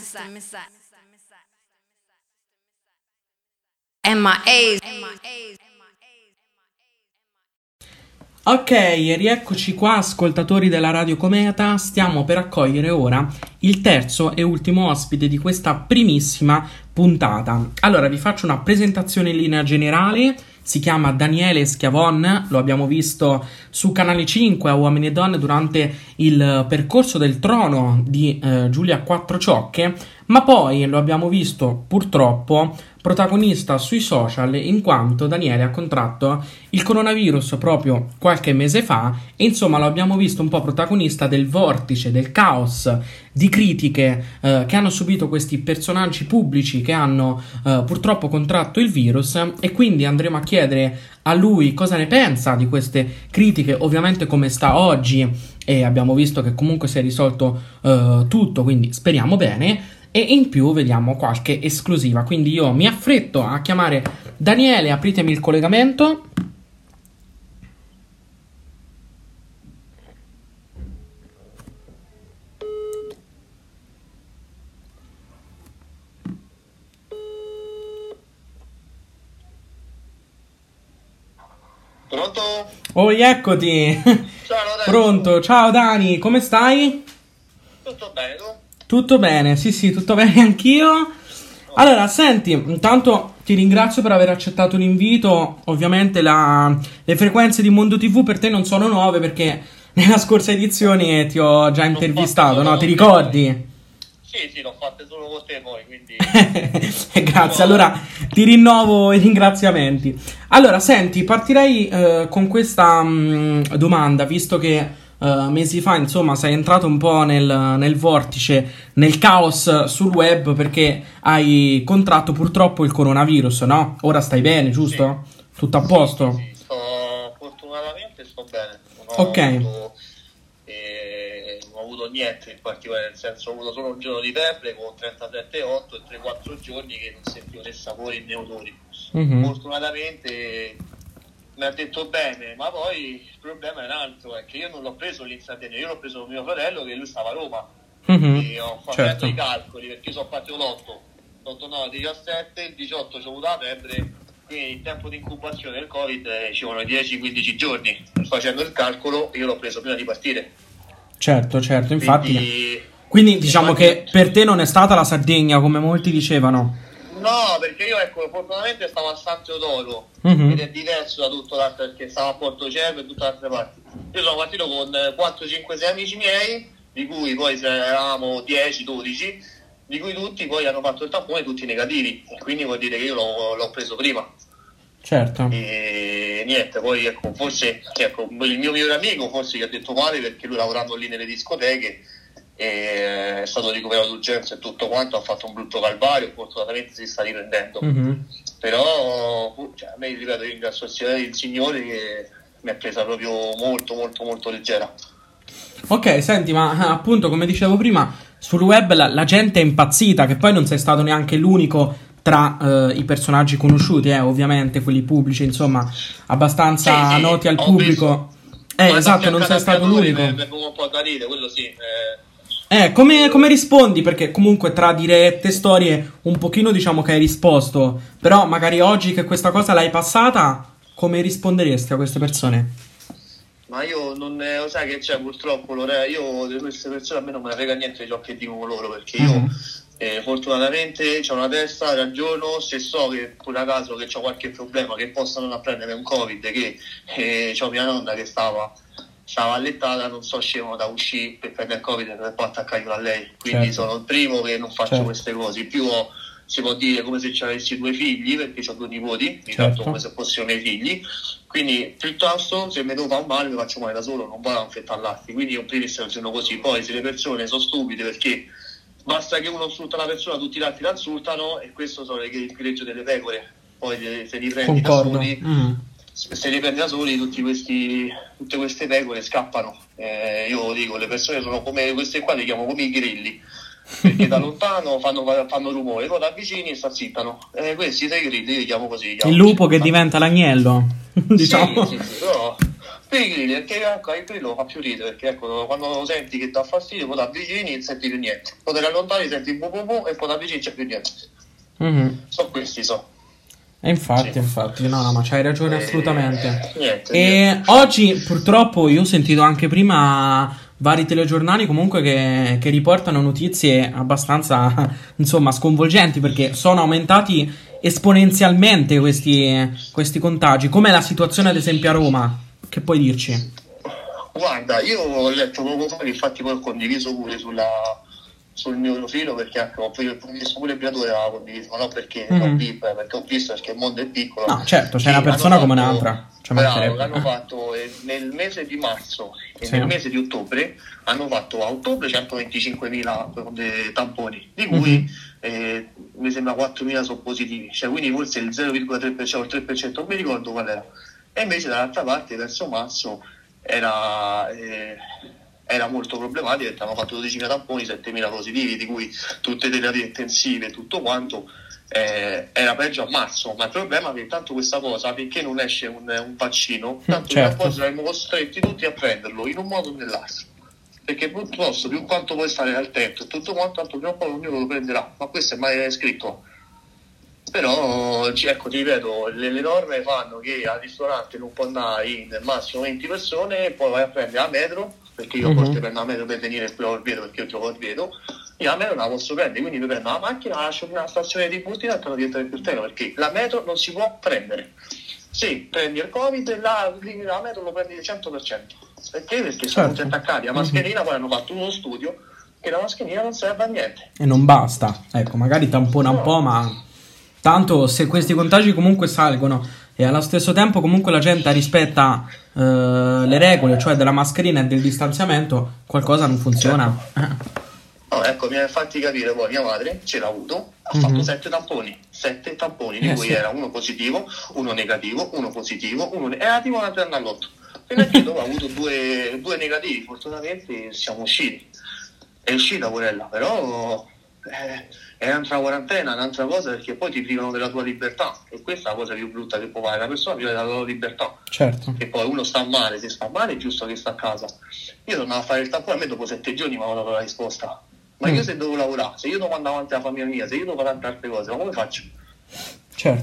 MIAs. Ok, rieccoci qua ascoltatori della Radio Cometa, stiamo per accogliere ora il terzo e ultimo ospite di questa primissima puntata. Allora vi faccio una presentazione in linea generale, si chiama Daniele Schiavon, lo abbiamo visto su Canale 5 a Uomini e Donne durante il percorso del trono di Giulia Quattrociocche, ma poi lo abbiamo visto purtroppo protagonista sui social in quanto Daniele ha contratto il coronavirus proprio qualche mese fa e insomma lo abbiamo visto un po' protagonista del vortice, del caos di critiche che hanno subito questi personaggi pubblici che hanno purtroppo contratto il virus e quindi andremo a chiedere a lui cosa ne pensa di queste critiche, ovviamente come sta oggi e abbiamo visto che comunque si è risolto tutto, quindi speriamo bene. E in più vediamo qualche esclusiva, quindi io mi affretto a chiamare Daniele, apritemi il collegamento. Pronto? Oh, eccoti. Ciao Lorenzo. Pronto, ciao Dani, come stai? Tutto bene, tu? Tutto bene, sì, tutto bene anch'io. Allora, senti, intanto ti ringrazio per aver accettato l'invito. Ovviamente le frequenze di Mondo TV per te non sono nuove perché nella scorsa edizione ti ho già intervistato, no? Ti ricordi? Sì, l'ho fatte solo con te poi, quindi... Grazie, allora ti rinnovo i ringraziamenti. Allora, senti, partirei con questa domanda, visto che mesi fa, insomma, sei entrato un po' nel vortice, nel caos sul web perché hai contratto purtroppo il coronavirus, no? Ora stai bene, giusto? Sì. Tutto a posto? Sì, fortunatamente sto bene. Non ho avuto niente in particolare, nel senso ho avuto solo un giorno di febbre con 37,8 e 3-4 giorni che non sentivo né sapori né odori. Fortunatamente mi ha detto bene, ma poi il problema è un altro, è che io non l'ho preso lì in Sardegna, io l'ho preso con mio fratello che lui stava a Roma e ho fatto i calcoli perché io sono partito l'8, sono tornato il 17, il 18 c'ho avuto la febbre quindi il tempo di incubazione del Covid ci vogliono 10-15 giorni. Facendo il calcolo, io l'ho preso prima di partire. Certo, infatti. Quindi diciamo che per te non è stata la Sardegna, come molti dicevano. No, perché io, fortunatamente stavo a San Teodoro, ed è diverso da tutto l'altro, perché stavo a Porto Cervo e tutte le altre parti. Io sono partito con 4, 5, 6 amici miei, di cui poi eravamo 10, 12, di cui tutti poi hanno fatto il tampone, tutti negativi, quindi vuol dire che io l'ho preso prima. Certo. E niente, poi forse il mio migliore amico forse gli ha detto male, perché lui lavorando lì nelle discoteche è stato ricoverato d'urgenza e tutto quanto, ha fatto un brutto calvario, fortunatamente si sta riprendendo. Però a me, ripeto, io ringrazio il Signore che mi ha presa proprio molto molto molto leggera. Ok, senti, ma appunto come dicevo prima, sul web la gente è impazzita, che poi non sei stato neanche l'unico tra i personaggi conosciuti, ovviamente quelli pubblici, insomma, abbastanza noti al pubblico. Esatto, non sei stato l'unico. Mi un po' da ridere, quello sì. Come rispondi? Perché comunque tra dirette, storie, un pochino diciamo che hai risposto, però magari oggi che questa cosa l'hai passata, come risponderesti a queste persone? Ma io non lo sai che c'è, purtroppo, io di queste persone a me non me ne frega niente di ciò che dicono loro, perché io fortunatamente ho una testa, ragiono, se so che pure a caso che ho qualche problema, che possa non apprendere un Covid, che ho mia nonna che stava allettata, non so scemo da uscire per prendere il Covid per poi attaccarlo a lei, quindi sono il primo che non faccio queste cose. Più si può dire come se ci avessi 2 figli, perché ho 2 nipoti, mi tratto come se fossero miei figli, quindi piuttosto se mi devo fare male mi faccio male da solo, non vado a infettare l'altro, quindi io in primis ragiono così. Poi se le persone sono stupide, perché basta che uno insulta una persona, tutti gli altri la insultano, e questo sono il greggio delle pecore. Poi se li prendi da soli, se li prendi da soli, tutte queste pecore scappano. Io dico, le persone sono come queste qua, le chiamo come i grilli, perché da lontano fanno rumore, poi da avvicini e si azzittano. Questi 6 grilli, io li chiamo così. Il lupo che diventa l'agnello, diciamo. Sì, però per i grilli, perché il grillo fa più ridere, perché quando lo senti che dà fastidio, poi da avvicini non senti più niente, poi da lontano senti bu bu bu, e poi da avvicini c'è più niente. Questi infatti, no, ma c'hai ragione assolutamente. Niente. Oggi purtroppo io ho sentito anche prima vari telegiornali comunque che riportano notizie abbastanza, insomma, sconvolgenti, perché sono aumentati esponenzialmente questi contagi. Com'è la situazione ad esempio a Roma? Che puoi dirci? Guarda, io ho letto poco fa, che infatti poi ho condiviso pure sul mio profilo, perché ho visto pure il creatore, aveva condiviso, ma no perché perché ho visto, perché il mondo è piccolo. No, certo, c'è una persona come un'altra. Bravo, l'hanno fatto nel mese di marzo e nel mese di ottobre. Hanno fatto a ottobre 125.000 tamponi, di cui mi sembra 4.000 sono positivi, cioè quindi forse il 0,3% o il 3%, non mi ricordo qual era. E invece dall'altra parte verso marzo era molto problematico, perché hanno fatto 12.000 tamponi, 7.000 positivi, di cui tutte terapie intensive e tutto quanto. Era peggio a marzo, ma il problema è che tanto questa cosa, finché non esce un vaccino, tanto poi saremo costretti tutti a prenderlo in un modo o nell'altro, perché piuttosto più quanto puoi stare al tetto e tutto quanto, tanto prima o poi ognuno lo prenderà, ma questo è mai scritto. Però ti ripeto, le norme fanno che al ristorante non può andare in massimo 20 persone, e poi vai a prendere la metro, perché io a volte prendo la metro per venire qui a Orvieto, perché io gioco a Orvieto. Io la metro non la posso prendere, quindi mi prendo la macchina, la lascio nella stazione di Bustina e torno dietro il terreno, perché la metro non si può prendere. Se prendi il Covid, la metro lo prendi al 100%. Perché sono tutti attaccati a mascherina. Poi hanno fatto uno studio che la mascherina non serve a niente. E non basta, ecco, magari tampona un po', ma tanto se questi contagi comunque salgono e allo stesso tempo comunque la gente rispetta le regole, cioè della mascherina e del distanziamento, qualcosa non funziona. No, mi ha fatti capire, poi mia madre ce l'ha avuto, ha fatto 7 tamponi, di cui era uno positivo, uno negativo, uno positivo, uno era tipo una terna all'otto. Fino a che dopo ha avuto due negativi, fortunatamente siamo usciti. È uscita quella, però è un'altra quarantena, un'altra cosa, perché poi ti privano della tua libertà, e questa è la cosa più brutta che può fare, la persona priva della tua libertà. Certo. E poi uno sta male, se sta male è giusto che sta a casa. Io tornavo a fare il tampone, a me dopo 7 giorni mi avevano dato la risposta. Ma io se devo lavorare, se io devo andare avanti alla famiglia mia, se io devo fare tante altre cose, ma come faccio? Certo.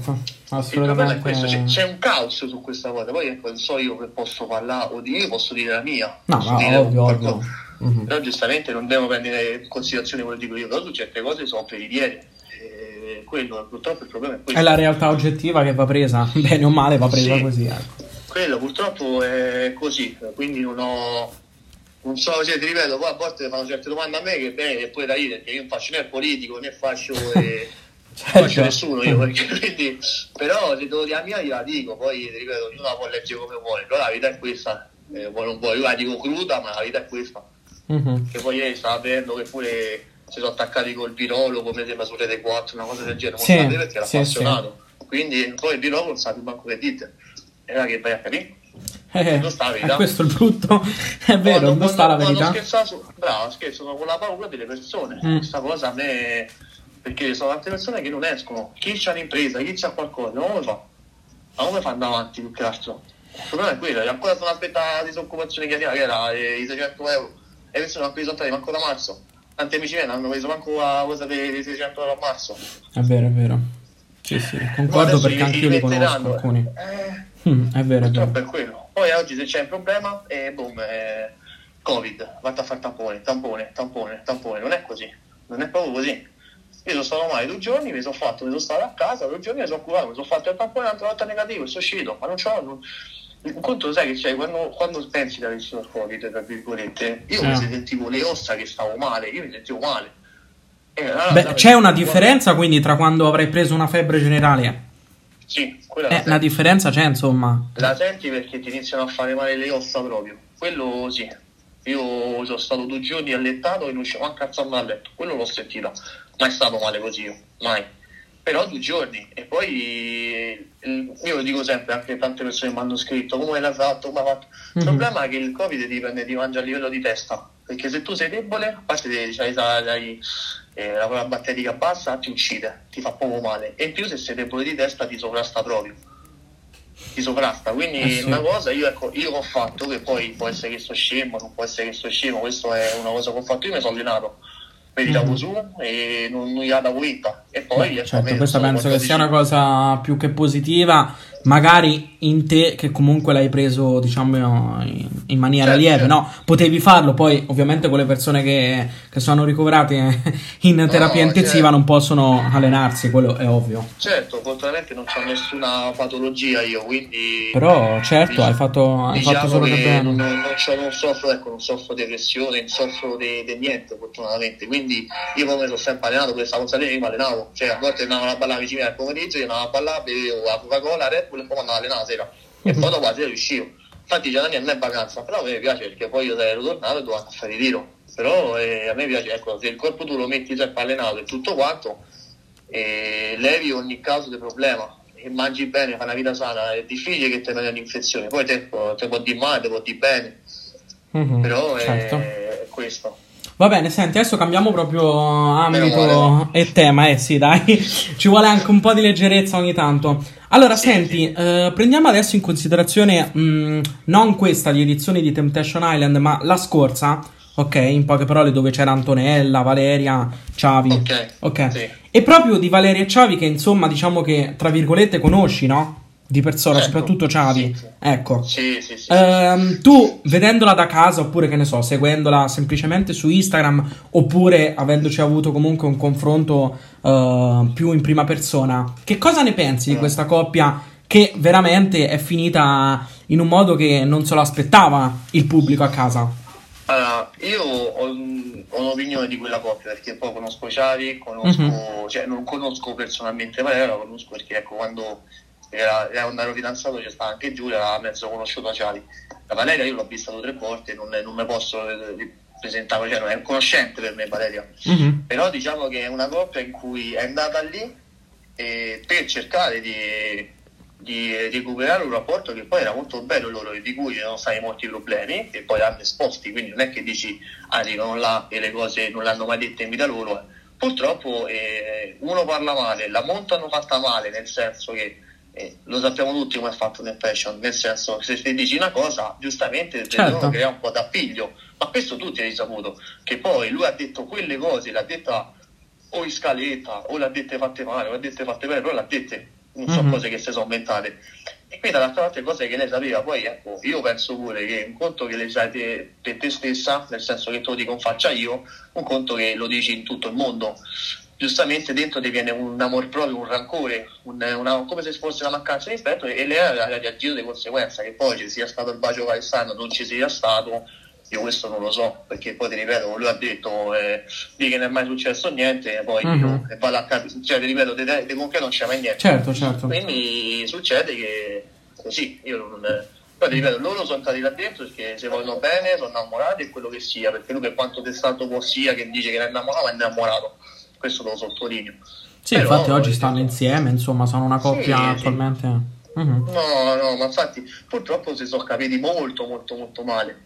assolutamente. Il problema è questo, c'è un caos su questa cosa. Poi ecco, non so io che posso parlare o io posso dire la mia. No, ma ovvio. Però giustamente non devo prendere in considerazione quello che dico io, però su certe cose soffre di piede. Quello purtroppo il problema è questo. È la realtà oggettiva che va presa, bene o male va presa così, ecco. Quello purtroppo è così, quindi non so, cioè, ti ripeto, poi a volte fanno certe domande a me che bene, e poi da ridere, perché io non faccio né il politico né faccio faccio nessuno io, perché, quindi, però se devo dire la mia gliela dico, poi ti ripeto, ognuno la può leggere come vuole, però la verità è questa, poi non vuoi, io la dico cruda, ma la verità è questa. Che poi ieri stava vedendo che pure si sono attaccati col virologo, come sembra su Rete 4, una cosa del genere, non sapete perché era appassionato. Quindi poi il virologo non sa più manco che dite, era che vai a capire. Non sta la verità. Questo è il brutto, è vero, non sta la verità. Scherzano con la paura delle persone. Questa cosa a me, perché sono tante persone che non escono, chi c'ha un'impresa, chi c'ha qualcosa, non lo fa. Ma come fa andare avanti più che altro? Il problema è quello, ancora sono aspettata la disoccupazione che era i 600 euro, e adesso non hanno preso soltanto manco da marzo. Tanti amici miei non hanno preso manco la cosa dei 600 euro a marzo. È vero. Sì, concordo, perché anche io li conosco alcuni. È vero. Purtroppo è quello. Poi oggi se c'è un problema, Covid, vatti a fare tampone. Non è così, non è proprio così. Io sono stato male 2 giorni, mi sono stato a casa 2 giorni, mi sono curato, mi sono fatto il tampone, un'altra volta negativo e sono uscito, ma non c'ho. Un conto sai che c'è, quando pensi di aver avuto il Covid, tra virgolette, io mi sentivo le ossa che stavo male, io mi sentivo male. C'è una differenza quindi tra quando avrai preso una febbre generale? Sì, quella la differenza c'è, insomma. La senti perché ti iniziano a fare male le ossa proprio. Quello sì. Io sono stato 2 giorni allettato e non uscivo manco alzarmi dal letto. Quello l'ho sentito. Mai stato male così io, mai. Però 2 giorni. E poi io lo dico sempre, anche tante persone mi hanno scritto come l'hai fatto, come hai fatto. Il problema è che il Covid ti mangia a livello di testa. Perché se tu sei debole, a parte la prova batterica bassa, ti uccide, ti fa poco male, e in più se sei debole di testa ti sovrasta proprio, quindi una cosa io ho fatto, che poi può essere che sto scemo, non può essere che sto scemo, questo è una cosa che ho fatto io, mi sono allenato, meditavo su e non gli davo vita, e poi certo, questa penso che sia una cosa più che positiva, magari in te che comunque l'hai preso, diciamo, in maniera lieve, no? Potevi farlo, poi ovviamente con le persone che sono ricoverate in terapia intensiva non possono allenarsi, quello è ovvio. Certo, fortunatamente non c'ho nessuna patologia io, quindi... Però certo, hai fatto solo che bene. Non soffro depressione, non soffro di niente, fortunatamente, quindi io come sono sempre allenato, per stare con Salini io mi allenavo, cioè a volte andavo a ballare vicino al pomeriggio, io andavo a ballare, bevevo la Coca-Cola, la Red Bull, e poi andavo a allenare la sera, e poi dopo la sera riuscivo. Infatti già da anni a me è vacanza, però a me piace perché poi io ero tornato e dovevo andare a fare tiro, però a me piace, ecco, se il corpo tu lo metti sempre allenato e tutto quanto, levi ogni caso di problema, e mangi bene, fai una vita sana, è difficile che ti venga un'infezione, poi te può dire male, te può dire bene, però è questo. Va bene, senti, adesso cambiamo proprio ambito e tema, sì, dai, ci vuole anche un po' di leggerezza ogni tanto. Allora, senti, prendiamo adesso in considerazione non questa di edizione di Temptation Island, ma la scorsa, ok, in poche parole, dove c'era Antonella, Valeria, Ciavi. Ok. Sì. E proprio di Valeria e Ciavi, che insomma, diciamo che, tra virgolette, conosci, no? Di persona, certo. Soprattutto Ciavi, sì. Ecco. Sì. Tu vedendola da casa, oppure che ne so, seguendola semplicemente su Instagram, oppure avendoci avuto comunque un confronto più in prima persona, che cosa ne pensi di questa coppia che veramente è finita in un modo che non se lo aspettava il pubblico a casa? Allora, io ho un'opinione di quella coppia, perché poi conosco Ciavi, cioè non conosco personalmente Valeria, la conosco perché ecco, quando ero fidanzato c'è stata anche Giulia, l'ha mezzo conosciuto a Ciavi. La Valeria io l'ho vista 2 o 3 volte, non mi posso presentare, cioè non è conoscente per me Valeria, però diciamo che è una coppia in cui è andata lì per cercare di recuperare un rapporto che poi era molto bello loro, e di cui erano stati molti problemi e poi hanno esposti, quindi non è che dici arrivano là e le cose non l'hanno mai dette in vita loro. Purtroppo uno parla male, la monta hanno fatta male, nel senso che lo sappiamo tutti come è fatto nel fashion, nel senso se ti dici una cosa giustamente certo. Crea un po' d'appiglio, ma questo tutti hai saputo, che poi lui ha detto quelle cose, l'ha detta o in scaletta o l'ha dette fatte male o l'ha dette fatte bene, però l'ha dette non sono cose che si sono inventate. E qui dall'altra parte cose che lei sapeva. Poi ecco, io penso pure che un conto che le sai per te stessa, nel senso che te lo dico in faccia io, un conto che lo dici in tutto il mondo. Giustamente dentro ti viene un amor proprio, un rancore, come se fosse una mancanza di rispetto, e lei ha reagito di conseguenza. Che poi ci sia stato il bacio Alessandro, non ci sia stato, io questo non lo so, perché poi ti ripeto, lui ha detto di che non è mai successo niente, poi vado a capire, cioè ti ripeto, di concreto non c'è mai niente. Certo. Quindi succede che così, io non... Poi ti ripeto, loro sono stati là dentro perché si vogliono bene, sono innamorati e quello che sia, perché lui per quanto testato può sia che dice che è innamorato, questo lo sottolineo. Sì, però, infatti oggi stanno insieme, insomma, sono una coppia attualmente. Sì. No, ma infatti purtroppo si sono capiti molto male.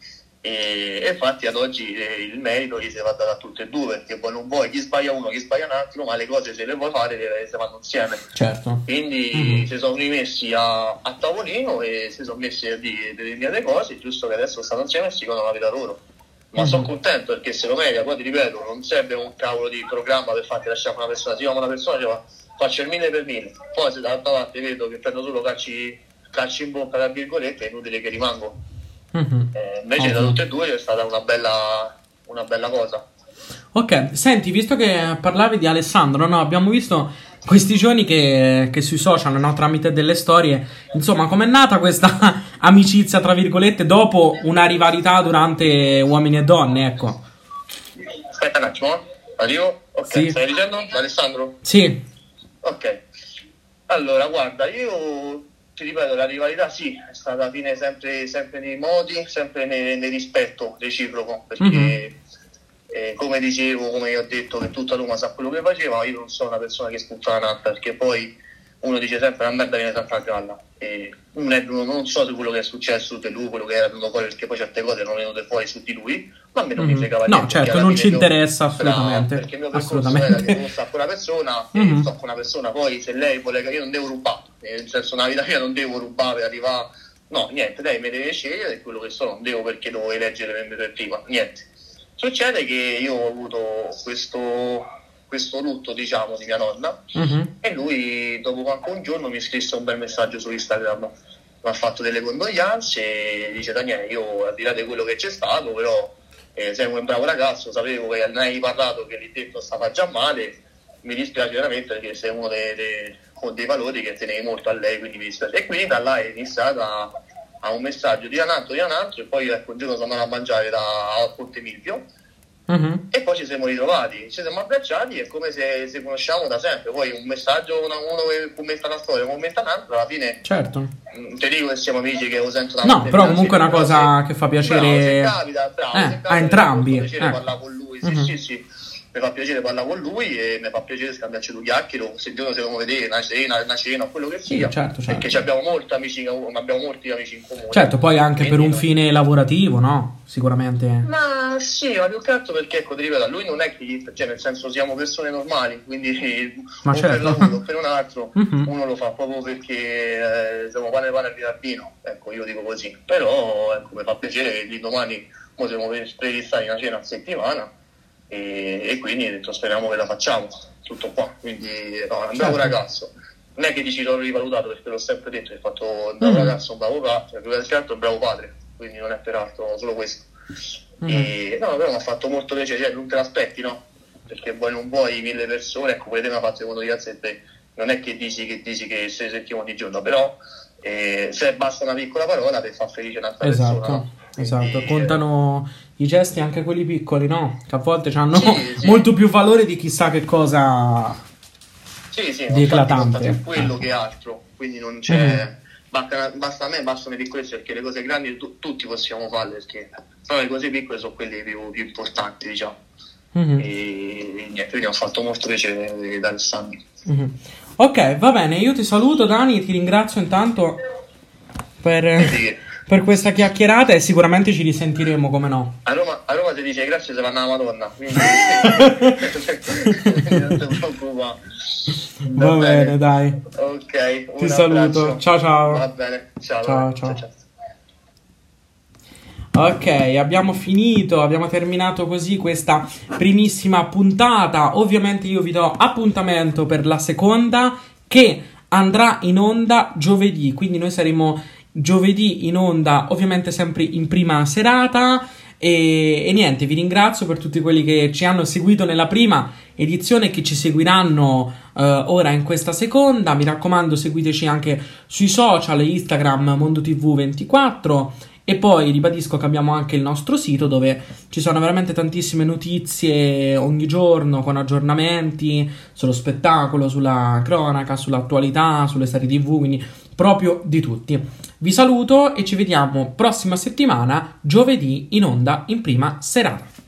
E infatti ad oggi il merito gli si va dato a tutti e due, perché poi non vuoi chi sbaglia uno, chi sbaglia un altro, ma le cose se le vuoi fare se vanno insieme. Certo. Quindi si sono rimessi a tavolino e si sono messi a dire determinate cose, giusto che adesso stanno insieme e si godono la vita loro. Ma sono contento perché se lo merita. Poi ti ripeto, non serve un cavolo di programma per farti lasciare una persona. Se io amo una persona, faccio il 1000 per 1000. Poi se dall'altra parte vedo che prendo solo calci in bocca, tra virgolette, è inutile che rimango. Invece da tutte e due c'è stata una bella cosa. Ok, senti, visto che parlavi di Alessandro, no, abbiamo visto questi giorni che sui social, no, tramite delle storie, insomma, com'è nata questa amicizia, tra virgolette, dopo una rivalità durante Uomini e Donne, ecco. Aspetta un attimo, arrivo? Ok, sì. Stai dicendo? Alessandro? Sì. Ok, allora guarda, io ti ripeto, la rivalità sì, è stata alla fine sempre nei modi, sempre nel rispetto reciproco, perché come dicevo, come io ho detto, che tutta Roma sa quello che faceva, io non sono una persona che sputta la natta, perché poi uno dice sempre la merda viene sempre a galla, e non so su quello che è successo su di lui, quello che era venuto fuori, perché poi certe cose non venute fuori su di lui, ma a me non mi fregava niente. No, certo, non ci interessa assolutamente. Perché il mio percorso era che devo stare con una persona, e sto con una persona, poi se lei vuole, io non devo rubare, nel senso una vita mia non devo rubare per arrivare, no, niente, lei mi deve scegliere, è quello che sono, non devo perché devo eleggere per prima, niente. Succede che io ho avuto questo lutto, diciamo, di mia nonna, e lui dopo qualche un giorno mi scrisse un bel messaggio su Instagram, mi ha fatto delle condoglianze e dice: Daniele, io al di là di quello che c'è stato, però sei un bravo ragazzo, sapevo che ne hai parlato, che lì dentro stava già male, mi dispiace veramente perché sei uno con dei valori che tenevi molto a lei, quindi mi dispiace. E quindi da là è iniziata a un messaggio di un altro, e poi ecco, un giorno sono andato a mangiare da Ponte Milvio, e poi ci siamo ritrovati, ci siamo abbracciati, è come se conosciamo da sempre. Poi un messaggio, uno che commenta una storia, commenta un'altra, alla fine certo, ti dico che siamo amici, che lo sento da no, però comunque è una cosa che fa piacere, bravo, a entrambi, mi fa piacere parlare con lui, sì, mi fa piacere parlare con lui e mi fa piacere scambiarci due chiacchiere, se giorno se dobbiamo vedere una cena, quello che sia, certo. Perché abbiamo molti amici in comune. Certo, poi anche per un fine lavorativo, no? Sicuramente. Ma sì, ma più che altro perché, ecco, ti ripeto, lui non è che, cioè, nel senso, siamo persone normali, quindi ma certo, per lavoro o per un altro, uno lo fa proprio perché siamo pane al vino, ecco, io dico così. Però, ecco, mi fa piacere che di domani siamo previstati una cena a settimana, e quindi ho detto speriamo che la facciamo, tutto qua. Quindi no, è un bravo ragazzo, non è che dici l'ho rivalutato, perché l'ho sempre detto, hai fatto un bravo ragazzo, un bravo padre, più che altro un bravo padre, quindi non è peraltro solo questo. E no, però mi ha fatto molto piacere, cioè, non te l'aspetti, no? Perché poi non vuoi 1000 persone, ecco, quelle te mi ha fatto secondo te, non è che dici che se sentiamo di giorno, però se basta una piccola parola per far felice un'altra persona, no? Esatto, contano i gesti, anche quelli piccoli, no? Che a volte hanno molto più valore di chissà che cosa di eclatante. Più quello che altro, quindi non c'è. Basta a me, bastano di questo, perché le cose grandi tutti possiamo farle, perché però le cose piccole sono quelle più importanti, diciamo. E niente, quindi ho fatto molto piacere da Alessandro. Ok, va bene, io ti saluto, Dani, ti ringrazio intanto per questa chiacchierata, e sicuramente ci risentiremo, come no. A Roma si dice grazie se vanno alla Madonna, quindi non ti preoccupare. Va bene, dai. Ok, ti saluto. Ciao. Va bene, ciao. Ok, abbiamo terminato così questa primissima puntata. Ovviamente io vi do appuntamento per la seconda, che andrà in onda giovedì, quindi noi saremo giovedì in onda, ovviamente sempre in prima serata. E niente, vi ringrazio per tutti quelli che ci hanno seguito nella prima edizione e che ci seguiranno ora in questa seconda. Mi raccomando, seguiteci anche sui social, Instagram MondoTV24, e poi ribadisco che abbiamo anche il nostro sito dove ci sono veramente tantissime notizie ogni giorno, con aggiornamenti sullo spettacolo, sulla cronaca, sull'attualità, sulle serie TV, quindi proprio di tutti. Vi saluto e ci vediamo prossima settimana, giovedì, in onda in prima serata.